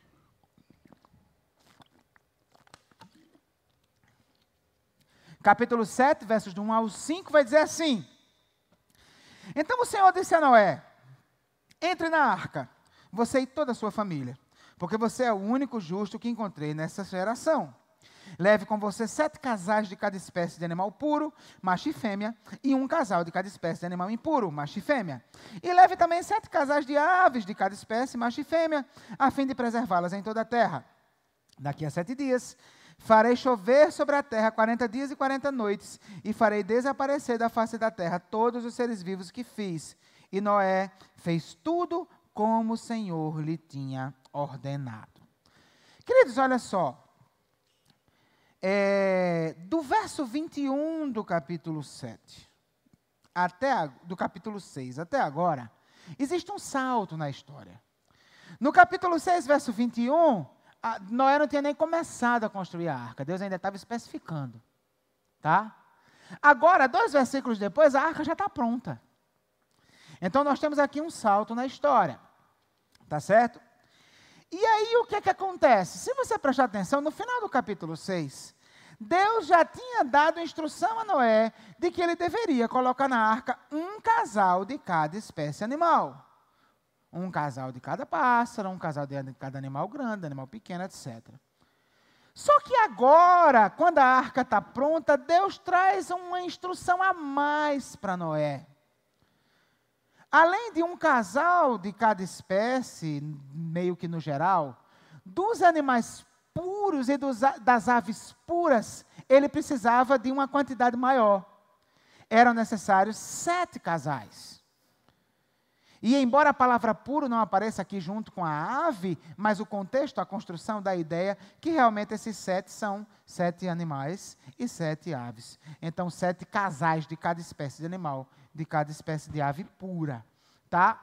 Capítulo 7, versos do 1 ao 5, vai dizer assim: Então o Senhor disse a Noé: Entre na arca, você e toda a sua família, porque você é o único justo que encontrei nessa geração. Leve com você 7 casais de cada espécie de animal puro, macho e fêmea, e um casal de cada espécie de animal impuro, macho e fêmea. E leve também 7 casais de aves de cada espécie, macho e fêmea, a fim de preservá-las em toda a terra. Daqui a 7 dias, farei chover sobre a terra 40 dias e 40 noites, e farei desaparecer da face da terra todos os seres vivos que fiz. E Noé fez tudo como o Senhor lhe tinha ordenado. Queridos, olha só. Do verso 21 do capítulo 7, do capítulo 6 até agora, existe um salto na história. No capítulo 6, verso 21, Noé não tinha nem começado a construir a arca. Deus ainda estava especificando. Tá? Agora, 2 versículos depois, a arca já está pronta. Então, nós temos aqui um salto na história. Tá certo? E aí, o que acontece? Se você prestar atenção, no final do capítulo 6, Deus já tinha dado instrução a Noé de que ele deveria colocar na arca um casal de cada espécie animal. Um casal de cada pássaro, um casal de cada animal grande, animal pequeno, etc. Só que agora, quando a arca está pronta, Deus traz uma instrução a mais para Noé. Além de um casal de cada espécie, meio que no geral, dos animais puros e das aves puras, ele precisava de uma quantidade maior. Eram necessários 7 casais. E embora a palavra puro não apareça aqui junto com a ave, mas o contexto, a construção da ideia, que realmente esses 7 são 7 animais e 7 aves. Então, 7 casais de cada espécie de animal, de cada espécie de ave pura. Tá?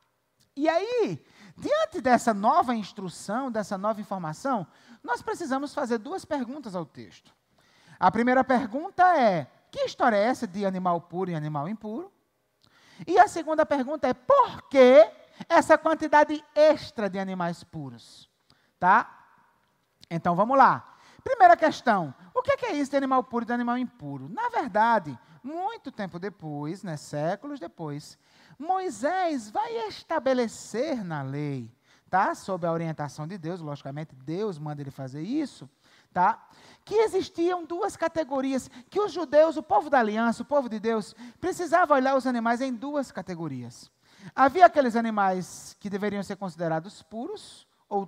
E aí, diante dessa nova instrução, dessa nova informação, nós precisamos fazer 2 perguntas ao texto. A primeira pergunta é: que história é essa de animal puro e animal impuro? E a segunda pergunta é: por que essa quantidade extra de animais puros? Tá? Então, vamos lá. Primeira questão: o que é isso de animal puro e de animal impuro? Na verdade, muito tempo depois, né, séculos depois, Moisés vai estabelecer na lei, tá? Sob a orientação de Deus, logicamente Deus manda ele fazer isso, tá? Que existiam 2 categorias, que os judeus, o povo da aliança, o povo de Deus, precisava olhar os animais em 2 categorias. Havia aqueles animais que deveriam ser considerados puros,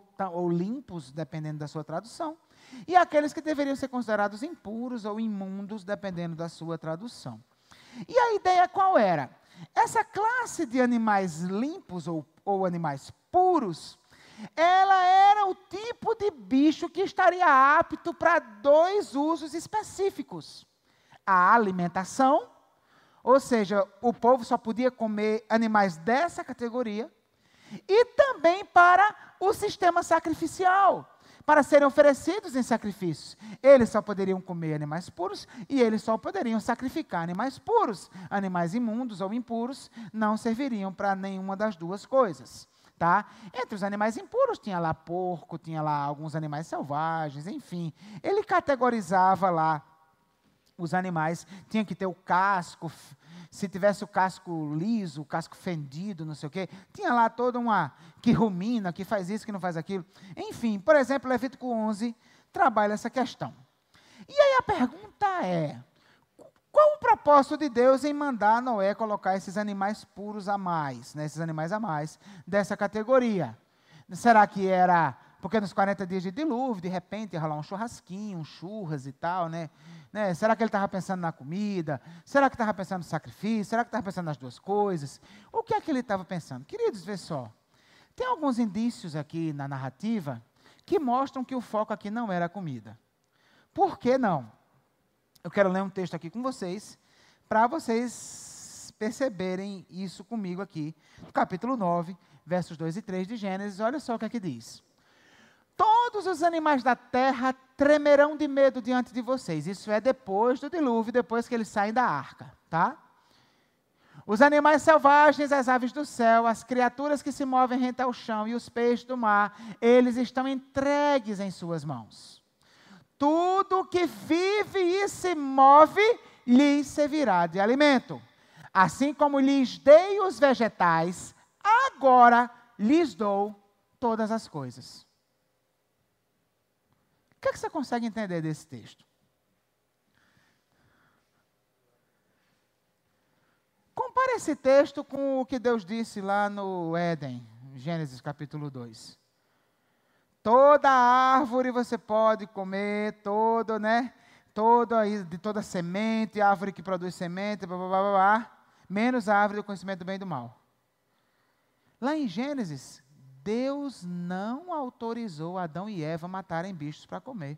ou limpos, dependendo da sua tradução, e aqueles que deveriam ser considerados impuros ou imundos, dependendo da sua tradução. E a ideia qual era? Essa classe de animais limpos ou animais puros, ela era o tipo de bicho que estaria apto para 2 usos específicos. A alimentação, ou seja, o povo só podia comer animais dessa categoria, e também para o sistema sacrificial, para serem oferecidos em sacrifícios. Eles só poderiam comer animais puros e eles só poderiam sacrificar animais puros. Animais imundos ou impuros não serviriam para nenhuma das 2 coisas. Tá? Entre os animais impuros tinha lá porco, tinha lá alguns animais selvagens, enfim. Ele categorizava lá os animais, tinha que ter o casco, se tivesse o casco liso, o casco fendido, não sei o quê, tinha lá toda uma que rumina, que faz isso, que não faz aquilo. Enfim, por exemplo, Levítico 11 trabalha essa questão. E aí a pergunta é: qual o propósito de Deus em mandar Noé colocar esses animais puros a mais, né, esses animais a mais dessa categoria? Será que era porque nos 40 dias de dilúvio, de repente, ia rolar um churrasquinho, um churras e tal, né? Será que ele estava pensando na comida? Será que estava pensando no sacrifício? Será que estava pensando nas 2 coisas? O que é que ele estava pensando? Queridos, vê só. Tem alguns indícios aqui na narrativa que mostram que o foco aqui não era a comida. Por que não? Eu quero ler um texto aqui com vocês, para vocês perceberem isso comigo aqui. No capítulo 9, versos 2 e 3 de Gênesis, olha só o que é que diz. Todos os animais da terra tremerão de medo diante de vocês. Isso é depois do dilúvio, depois que eles saem da arca, tá? Os animais selvagens, as aves do céu, as criaturas que se movem rente ao chão e os peixes do mar, eles estão entregues em suas mãos. Tudo que vive e se move lhes servirá de alimento. Assim como lhes dei os vegetais, agora lhes dou todas as coisas. O que é que você consegue entender desse texto? Compare esse texto com o que Deus disse lá no Éden, Gênesis capítulo 2. Toda árvore você pode comer, de toda semente, árvore que produz semente, blá, blá, blá, blá, blá, menos a árvore do conhecimento do bem e do mal. Lá em Gênesis, Deus não autorizou Adão e Eva matarem bichos para comer.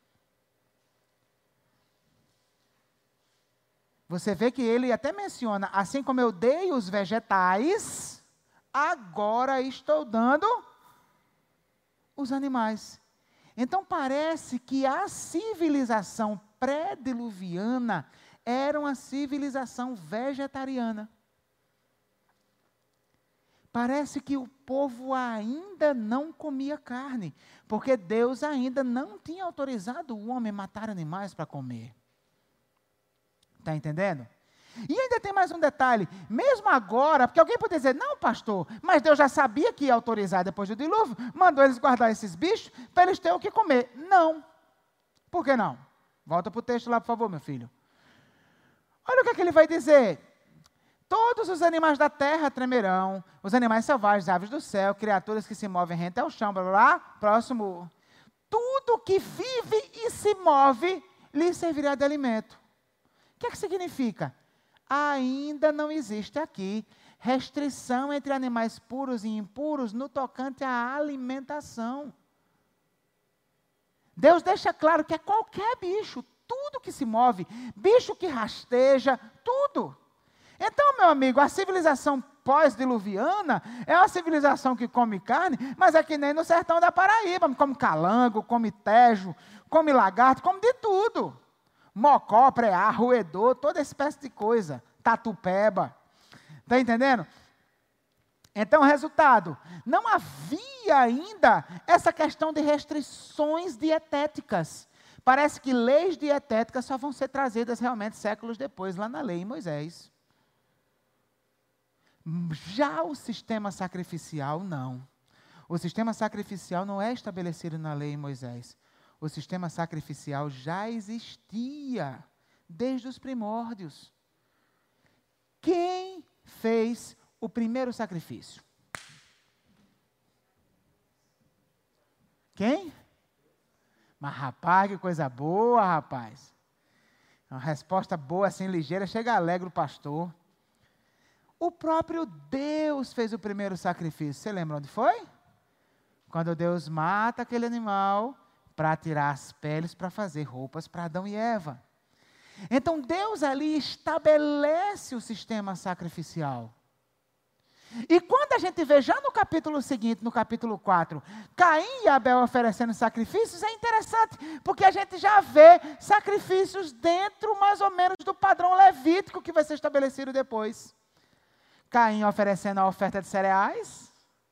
Você vê que ele até menciona, assim como eu dei os vegetais, agora estou dando os animais. Então parece que a civilização pré-diluviana era uma civilização vegetariana. Parece que o povo ainda não comia carne, porque Deus ainda não tinha autorizado o homem a matar animais para comer. Está entendendo? E ainda tem mais um detalhe, mesmo agora, porque alguém pode dizer, não pastor, mas Deus já sabia que ia autorizar depois do dilúvio, mandou eles guardar esses bichos para eles terem o que comer. Não. Por que não? Volta para o texto lá, por favor, meu filho. Olha o que ele vai dizer. Todos os animais da terra tremerão, os animais selvagens, aves do céu, criaturas que se movem rente ao chão, blá, blá, blá. Próximo. Tudo que vive e se move lhe servirá de alimento. O que é que significa? Ainda não existe aqui restrição entre animais puros e impuros no tocante à alimentação. Deus deixa claro que é qualquer bicho, tudo que se move, bicho que rasteja, tudo. Então, meu amigo, a civilização pós-diluviana é uma civilização que come carne, mas é que nem no sertão da Paraíba, come calango, come tejo, come lagarto, come de tudo. Mocó, preá, roedor, toda espécie de coisa, tatupeba. Está entendendo? Então, resultado, não havia ainda essa questão de restrições dietéticas. Parece que leis dietéticas só vão ser trazidas realmente séculos depois, lá na lei em Moisés. Já o sistema sacrificial, não. O sistema sacrificial não é estabelecido na lei em Moisés. O sistema sacrificial já existia desde os primórdios. Quem fez o primeiro sacrifício? Quem? Mas rapaz, que coisa boa, rapaz. Uma resposta boa, assim, ligeira, chega alegre o pastor. O próprio Deus fez o primeiro sacrifício. Você lembra onde foi? Quando Deus mata aquele animal para tirar as peles para fazer roupas para Adão e Eva. Então Deus ali estabelece o sistema sacrificial. E quando a gente vê já no capítulo seguinte, no capítulo 4, Caim e Abel oferecendo sacrifícios, é interessante, porque a gente já vê sacrifícios dentro mais ou menos do padrão levítico que vai ser estabelecido depois. Caim oferecendo a oferta de cereais,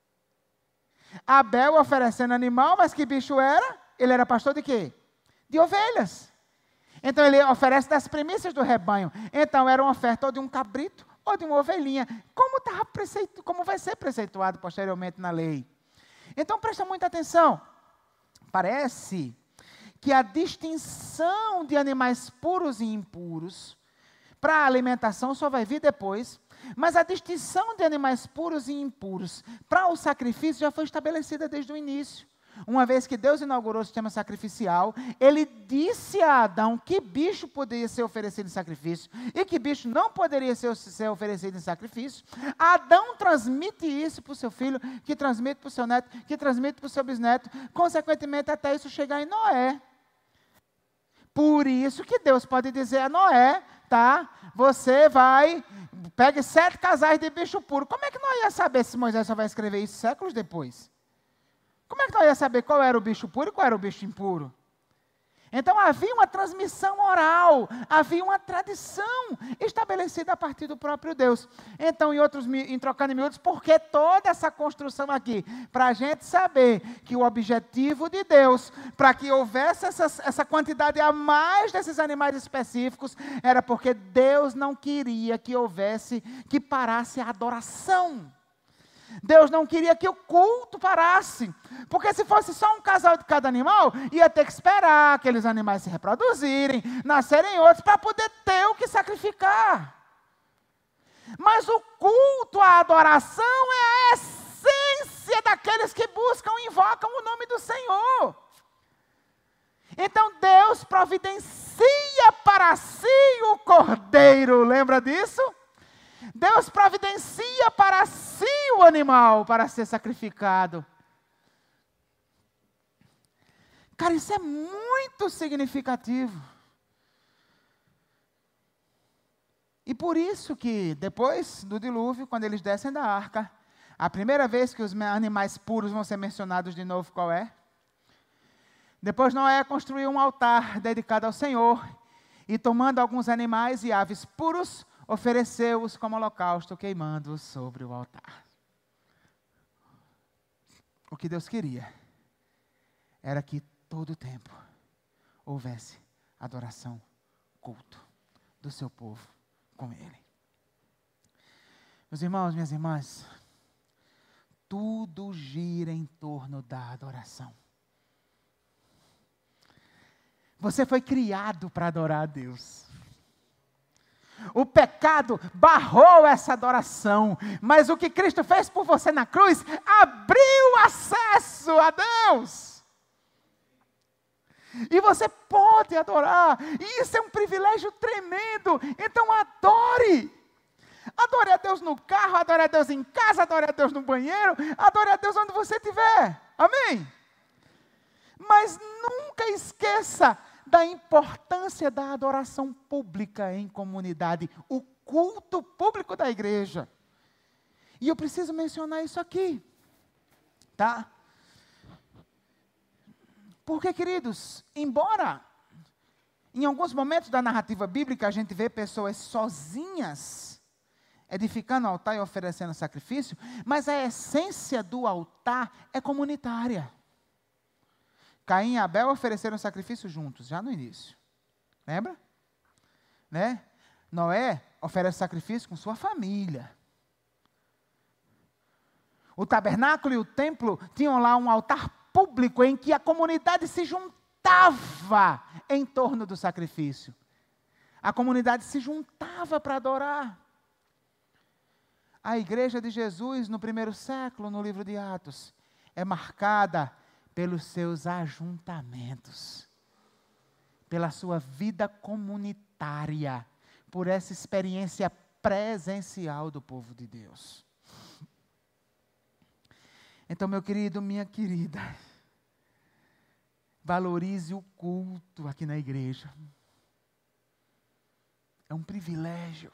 Abel oferecendo animal, mas que bicho era? Ele era pastor de quê? De ovelhas. Então ele oferece das primícias do rebanho. Então era uma oferta ou de um cabrito ou de uma ovelhinha, como vai ser preceituado posteriormente na lei. Então presta muita atenção. Parece que a distinção de animais puros e impuros para a alimentação só vai vir depois, mas a distinção de animais puros e impuros para o sacrifício já foi estabelecida desde o início. Uma vez que Deus inaugurou o sistema sacrificial, Ele disse a Adão que bicho poderia ser oferecido em sacrifício e que bicho não poderia ser oferecido em sacrifício. Adão transmite isso para o seu filho, que transmite para o seu neto, que transmite para o seu bisneto, consequentemente até isso chegar em Noé. Por isso que Deus pode dizer a Noé, tá? Você vai, pegue 7 casais de bicho puro. Como é que nós ia saber se Moisés só vai escrever isso séculos depois? Como é que nós ia saber qual era o bicho puro e qual era o bicho impuro? Então havia uma transmissão oral, havia uma tradição estabelecida a partir do próprio Deus. Então, em trocando em miúdos, por que toda essa construção aqui? Para a gente saber que o objetivo de Deus, para que houvesse essa quantidade a mais desses animais específicos, era porque Deus não queria que parasse a adoração. Deus não queria que o culto parasse, porque se fosse só um casal de cada animal, ia ter que esperar aqueles animais se reproduzirem, nascerem outros, para poder ter o que sacrificar. Mas o culto, a adoração é a essência daqueles que buscam e invocam o nome do Senhor. Então Deus providencia para si o cordeiro, lembra disso? Deus providencia para si o animal para ser sacrificado. Cara, isso é muito significativo. E por isso que depois do dilúvio, quando eles descem da arca, a primeira vez que os animais puros vão ser mencionados de novo, qual é? Depois Noé construiu um altar dedicado ao Senhor, e tomando alguns animais e aves puros, ofereceu-os como holocausto, queimando-os sobre o altar. O que Deus queria era que todo o tempo houvesse adoração, culto do seu povo com Ele. Meus irmãos, minhas irmãs, tudo gira em torno da adoração. Você foi criado para adorar a Deus. O pecado barrou essa adoração, mas o que Cristo fez por você na cruz, abriu acesso a Deus. E você pode adorar, e isso é um privilégio tremendo, então adore. Adore a Deus no carro, adore a Deus em casa, adore a Deus no banheiro, adore a Deus onde você estiver, amém? Mas nunca esqueça da importância da adoração pública em comunidade, o culto público da igreja. E eu preciso mencionar isso aqui, tá? Porque, queridos, embora em alguns momentos da narrativa bíblica a gente vê pessoas sozinhas edificando o altar e oferecendo sacrifício, mas a essência do altar é comunitária. Caim e Abel ofereceram sacrifício juntos, já no início. Lembra? Né? Noé oferece sacrifício com sua família. O tabernáculo e o templo tinham lá um altar público em que a comunidade se juntava em torno do sacrifício. A comunidade se juntava para adorar. A igreja de Jesus, no primeiro século, no livro de Atos, é marcada pelos seus ajuntamentos, pela sua vida comunitária, por essa experiência presencial do povo de Deus. Então, meu querido, minha querida, valorize o culto aqui na igreja. É um privilégio.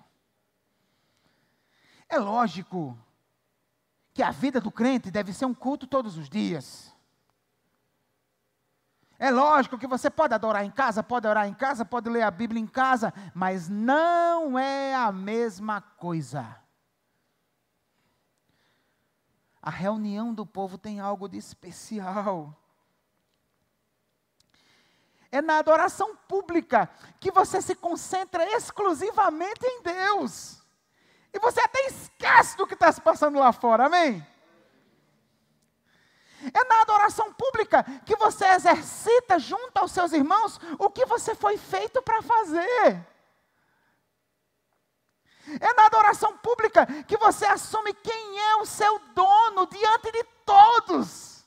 É lógico que a vida do crente deve ser um culto todos os dias. É lógico que você pode adorar em casa, pode orar em casa, pode ler a Bíblia em casa, mas não é a mesma coisa. A reunião do povo tem algo de especial. É na adoração pública que você se concentra exclusivamente em Deus. E você até esquece do que está se passando lá fora, amém? É na adoração pública que você exercita junto aos seus irmãos o que você foi feito para fazer. É na adoração pública que você assume quem é o seu dono diante de todos.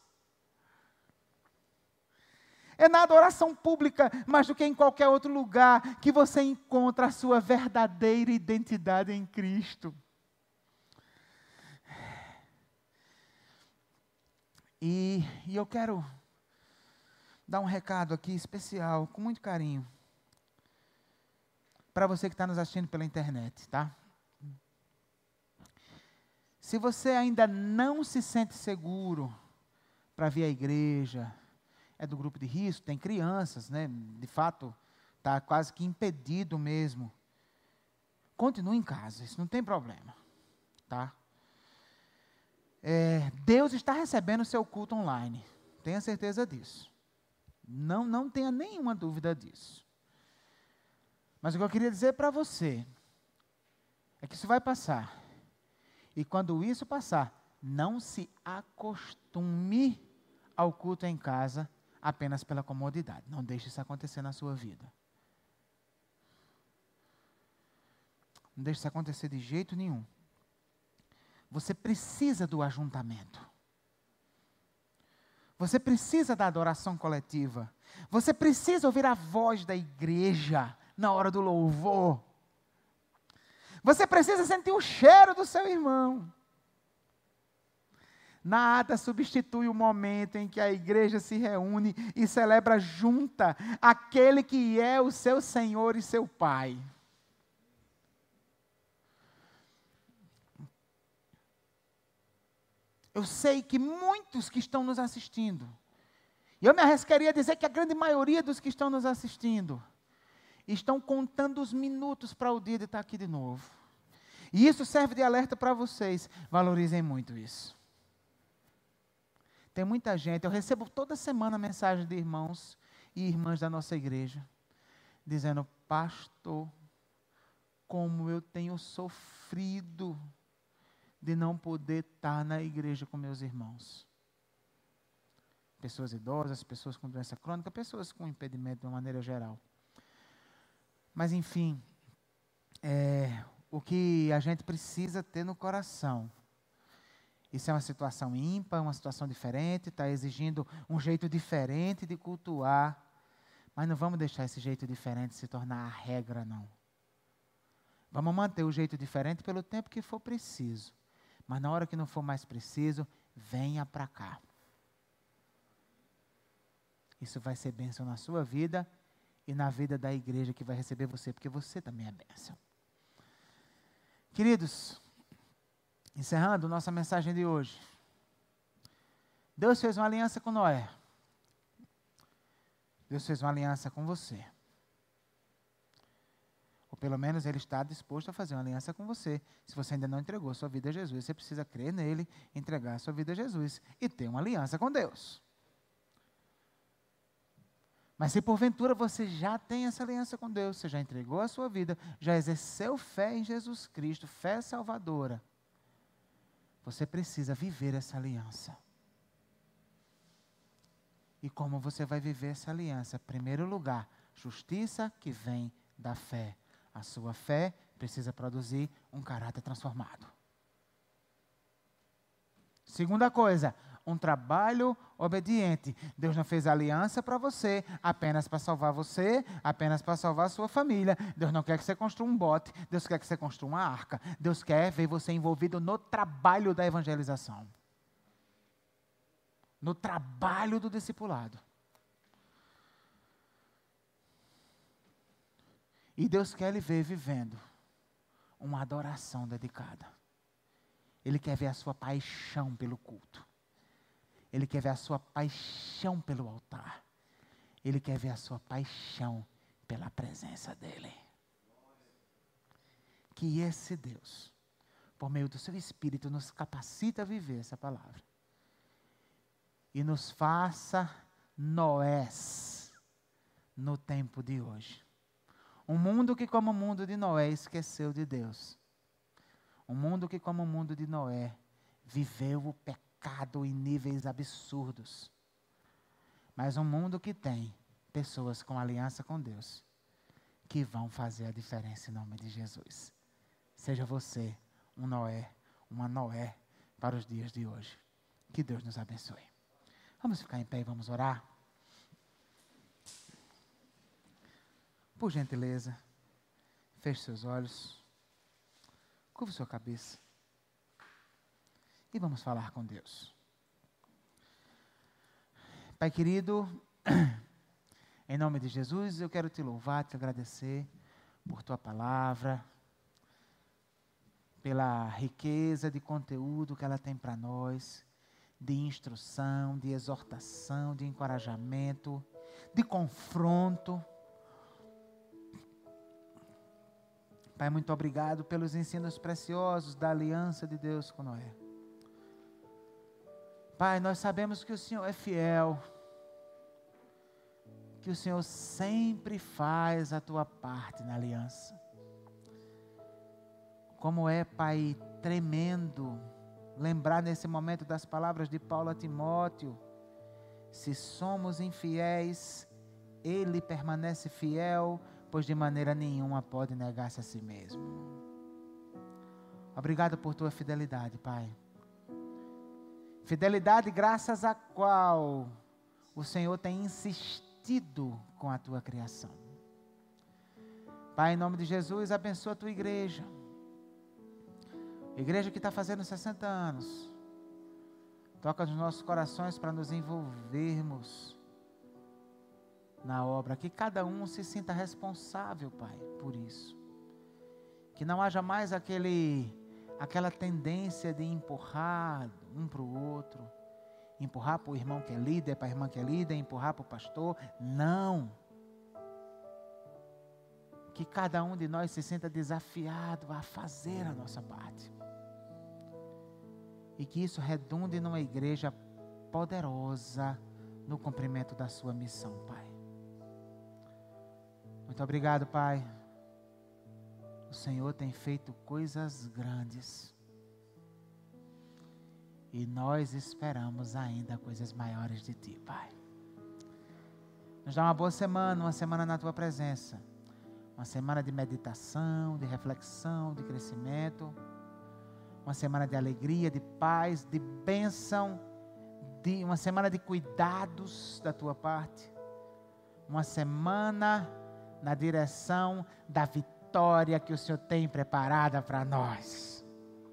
É na adoração pública, mais do que em qualquer outro lugar, que você encontra a sua verdadeira identidade em Cristo. E eu quero dar um recado aqui especial, com muito carinho. para você que está nos assistindo pela internet, tá? Se você ainda não se sente seguro para vir à igreja, é do grupo de risco, tem crianças, né? De fato, está quase que impedido mesmo. Continue em casa, isso não tem problema, tá? Deus está recebendo o seu culto online, tenha certeza disso. Não tenha nenhuma dúvida disso. Mas o que eu queria dizer para você é que isso vai passar. E quando isso passar, não se acostume ao culto em casa apenas pela comodidade. Não deixe isso acontecer na sua vida. Não deixe isso acontecer de jeito nenhum. Você precisa do ajuntamento. Você precisa da adoração coletiva. Você precisa ouvir a voz da igreja na hora do louvor. Você precisa sentir o cheiro do seu irmão. Nada substitui o momento em que a igreja se reúne e celebra junta aquele que é o seu Senhor e seu Pai. Eu sei que muitos que estão nos assistindo, e eu me arriscaria a dizer que a grande maioria dos que estão nos assistindo, estão contando os minutos para o dia de estar aqui de novo. E isso serve de alerta para vocês. Valorizem muito isso. Tem muita gente, eu recebo toda semana mensagens de irmãos e irmãs da nossa igreja, dizendo: pastor, como eu tenho sofrido de não poder estar na igreja com meus irmãos. Pessoas idosas, pessoas com doença crônica, pessoas com impedimento de uma maneira geral. Mas enfim, o que a gente precisa ter no coração, isso é uma situação ímpar, uma situação diferente, está exigindo um jeito diferente de cultuar, mas não vamos deixar esse jeito diferente se tornar a regra, não. Vamos manter o jeito diferente pelo tempo que for preciso, mas na hora que não for mais preciso, venha para cá. Isso vai ser bênção na sua vida e na vida da igreja que vai receber você, porque você também é bênção. Queridos, encerrando nossa mensagem de hoje. Deus fez uma aliança com Noé. Deus fez uma aliança com você. Ou pelo menos Ele está disposto a fazer uma aliança com você. Se você ainda não entregou sua vida a Jesus, você precisa crer nele, entregar sua vida a Jesus e ter uma aliança com Deus. Mas se porventura você já tem essa aliança com Deus, você já entregou a sua vida, já exerceu fé em Jesus Cristo, fé salvadora, você precisa viver essa aliança. E como você vai viver essa aliança? Em primeiro lugar, justiça que vem da fé. A sua fé precisa produzir um caráter transformado. Segunda coisa, um trabalho obediente. Deus não fez aliança para você, apenas para salvar você, apenas para salvar a sua família. Deus não quer que você construa um bote, Deus quer que você construa uma arca. Deus quer ver você envolvido no trabalho da evangelização. No trabalho do discipulado. E Deus quer lhe ver vivendo uma adoração dedicada. Ele quer ver a sua paixão pelo culto. Ele quer ver a sua paixão pelo altar. Ele quer ver a sua paixão pela presença dEle. Que esse Deus, por meio do seu Espírito, nos capacite a viver essa palavra. E nos faça Noés no tempo de hoje. Um mundo que, como o mundo de Noé, esqueceu de Deus. Um mundo que, como o mundo de Noé, viveu o pecado em níveis absurdos. Mas um mundo que tem pessoas com aliança com Deus, que vão fazer a diferença em nome de Jesus. Seja você um Noé, uma Noé para os dias de hoje. Que Deus nos abençoe. Vamos ficar em pé e vamos orar? Por gentileza, feche seus olhos, curva sua cabeça e vamos falar com Deus. Pai querido, em nome de Jesus, eu quero te louvar, te agradecer por tua palavra, pela riqueza de conteúdo que ela tem para nós, de instrução, de exortação, de encorajamento, de confronto. Pai, muito obrigado pelos ensinos preciosos da aliança de Deus com Noé. Pai, nós sabemos que o Senhor é fiel, que o Senhor sempre faz a tua parte na aliança. Como é, Pai, tremendo lembrar nesse momento das palavras de Paulo a Timóteo: se somos infiéis, Ele permanece fiel, pois de maneira nenhuma pode negar-se a si mesmo. Obrigado por tua fidelidade, Pai. Fidelidade graças à qual o Senhor tem insistido com a tua criação. Pai, em nome de Jesus, abençoa a tua igreja. Igreja que está fazendo 60 anos. Toca nos nossos corações para nos envolvermos na obra. Que cada um se sinta responsável, Pai, por isso. Que não haja mais aquela tendência de empurrar um para o outro. Empurrar para o irmão que é líder, para a irmã que é líder, empurrar para o pastor. Não. Que cada um de nós se sinta desafiado a fazer a nossa parte. E que isso redunde numa igreja poderosa no cumprimento da sua missão, Pai. Muito obrigado, Pai. O Senhor tem feito coisas grandes. E nós esperamos ainda coisas maiores de Ti, Pai. Nos dá uma boa semana, uma semana na Tua presença. Uma semana de meditação, de reflexão, de crescimento. Uma semana de alegria, de paz, de bênção, uma semana de cuidados da tua parte. Uma semana na direção da vitória que o Senhor tem preparada para nós.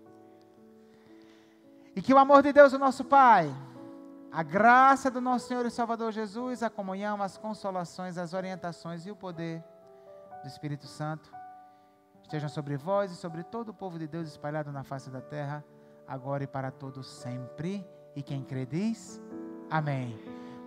E que o amor de Deus, o nosso Pai, a graça do nosso Senhor e Salvador Jesus, a comunhão, as consolações, as orientações e o poder do Espírito Santo estejam sobre vós e sobre todo o povo de Deus espalhado na face da terra, agora e para todos sempre. E quem crê diz, amém.